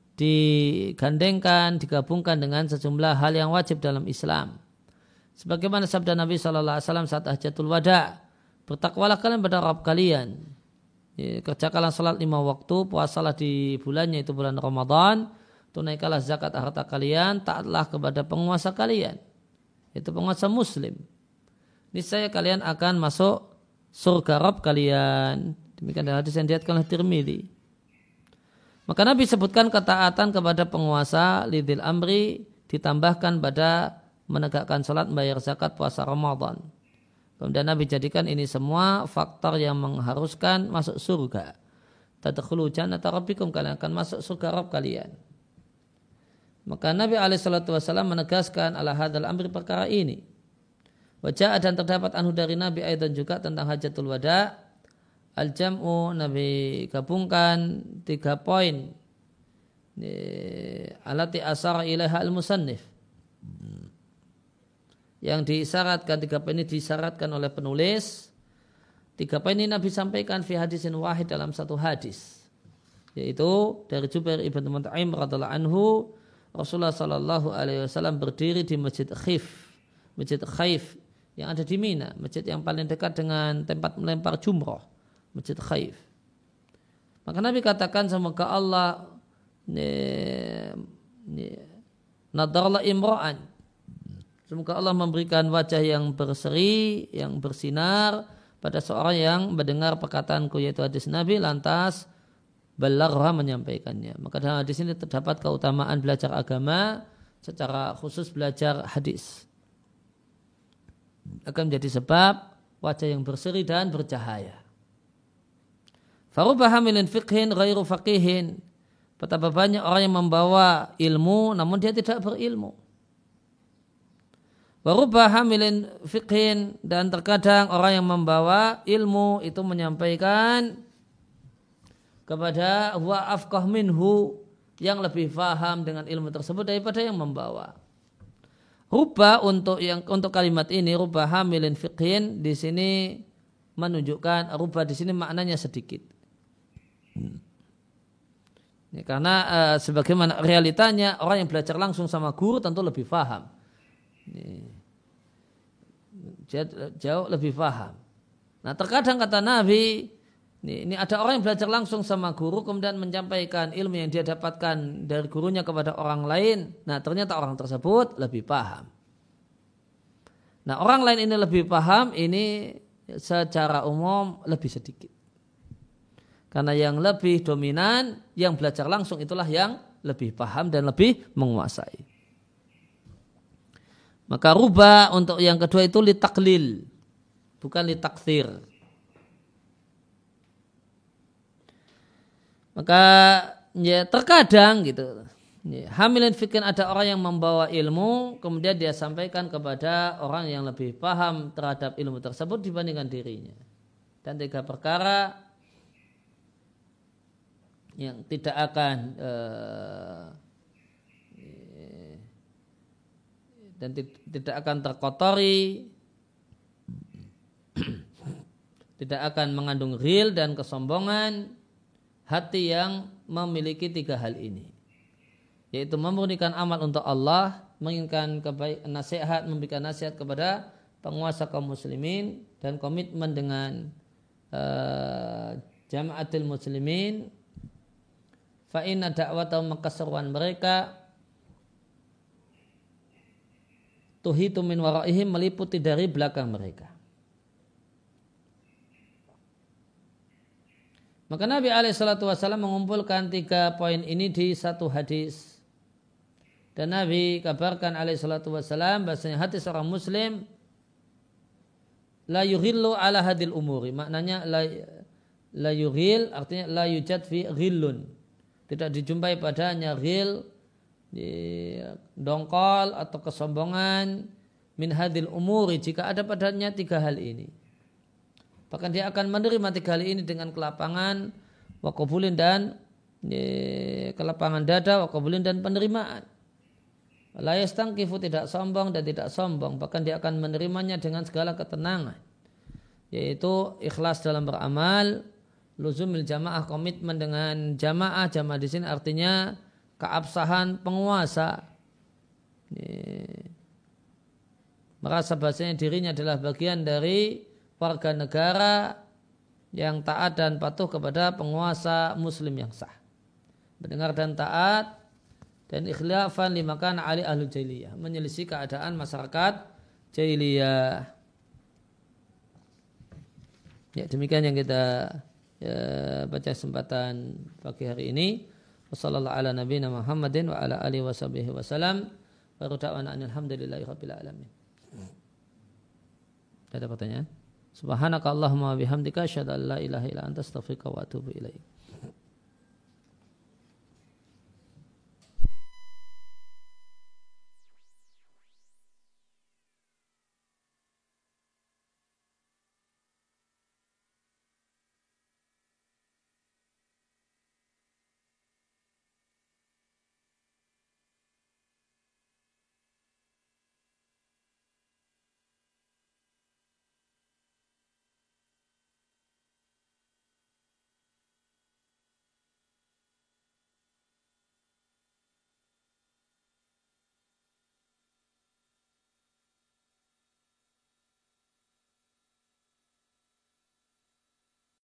digabungkan dengan sejumlah hal yang wajib dalam Islam. Sebagaimana sabda Nabi SAW saat Hajjatul Wada, bertakwalah kalian pada Rabb kalian, kerjakanlah salat 5 waktu, puasalah di bulannya, itu bulan Ramadan, tunaikanlah zakat harta kalian, taatlah kepada penguasa kalian, itu penguasa muslim, niscaya kalian akan masuk surga Rabb kalian. Demikian hadis yang diriwayatkan oleh Tirmidzi. Maka Nabi sebutkan ketaatan kepada penguasa lidil amri ditambahkan pada menegakkan salat, membayar zakat, puasa Ramadan. Kemudian Nabi jadikan ini semua faktor yang mengharuskan masuk surga. Tadkhulu jannata rabbikum, kalian akan masuk surga Rabb kalian. Maka Nabi SAW menegaskan ala hadzal amri, perkara ini. Wajah dan terdapat anhu dari Nabi aidan juga tentang Hajjatul Wada. Al-jam'u, Nabi gabungkan 3 poin. Alati asara ilaiha al-musannif, yang disyaratkan, 3 poin ini disyaratkan oleh penulis. 3 poin ini Nabi sampaikan fi hadisin wahid, dalam satu hadis, yaitu dari Jubair ibn Mut'im radhiyallahu anhu, Rasulullah sallallahu alaihi wasallam berdiri di Masjid Khaif yang ada di Mina, masjid yang paling dekat dengan tempat melempar jumrah, Masjid Khaif. Maka Nabi katakan, semoga Allah nadarla imra'an, semoga Allah memberikan wajah yang berseri, yang bersinar pada seorang yang mendengar perkataanku, yaitu hadis Nabi, lantas balagha, menyampaikannya. Maka dalam hadis ini terdapat keutamaan belajar agama, secara khusus belajar hadis, akan menjadi sebab wajah yang berseri dan bercahaya. Faruba hamilin fiqhin ghairu faqihin, betapa banyak orang yang membawa ilmu namun dia tidak berilmu. Waruba hamilin fiqhin, dan terkadang orang yang membawa ilmu itu menyampaikan kepada huwa afqah minhu, yang lebih faham dengan ilmu tersebut daripada yang membawa. Ruba untuk kalimat ini, ruba hamilin fiqhin, di sini menunjukkan ruba di sini maknanya sedikit. Ini karena sebagaimana realitanya orang yang belajar langsung sama guru tentu lebih faham. Jauh lebih faham. Nah, terkadang kata Nabi, ini ada orang yang belajar langsung sama guru kemudian menyampaikan ilmu yang dia dapatkan dari gurunya kepada orang lain. Nah, ternyata orang tersebut lebih paham. Nah, orang lain ini lebih paham, ini secara umum lebih sedikit. Karena yang lebih dominan, yang belajar langsung itulah yang lebih paham dan lebih menguasai. Maka rubah untuk yang kedua itu litaklil, bukan litakthir. Maka ya terkadang gitu, ya, hamilin fiqhin, ada orang yang membawa ilmu kemudian dia sampaikan kepada orang yang lebih paham terhadap ilmu tersebut dibandingkan dirinya. Dan 3 perkara yang tidak akan dan tidak akan terkotori, tidak akan mengandung ghil dan kesombongan hati yang memiliki 3 hal ini, yaitu memurnikan amal untuk Allah, menginginkan kebaikan, nasihat, memberikan nasihat kepada penguasa kaum muslimin, dan komitmen dengan jamaatul muslimin. Fa inna da'watahum, maka seruan mereka tuhitu min waraihim, meliputi dari belakang mereka. Maka Nabi SAW mengumpulkan 3 poin ini di satu hadis Dan Nabi kabarkan alaihi salatu wassalam bahasanya hati seorang muslim la yughillu ala hadil umuri. Maknanya la yughil artinya la yujad fi ghillun. Tidak dijumpai padanya ghil, dongkol atau kesombongan min hadil umuri jika ada padanya 3 hal ini. Bahkan dia akan menerima 3 hal ini dengan kelapangan wa qabulin dan kelapangan dada wa qabulin dan penerimaan. La yastangkifu tidak sombong dan tidak sombong, bahkan dia akan menerimanya dengan segala ketenangan, yaitu ikhlas dalam beramal, luzumil jamaah, komitmen dengan jamaah. Jamaah di sini artinya keabsahan penguasa, merasa bahasanya dirinya adalah bagian dari warga negara yang taat dan patuh kepada penguasa muslim yang sah, mendengar dan taat, dan ikhlafan limakan ali ahlu jahiliyah, menyelisih keadaan masyarakat jahiliyah. Ya, demikian yang kita baca kesempatan pagi hari ini. Wassallallahu ala nabiyina Muhammadin wa ala alihi washabihi wasallam. Wa rada'ana alhamdulillahi rabbil alamin. Ada pertanyaan? Subhanaka Allahumma bihamdika asyhadu an la ilaha illa anta astaghfiruka wa atubu ilaik.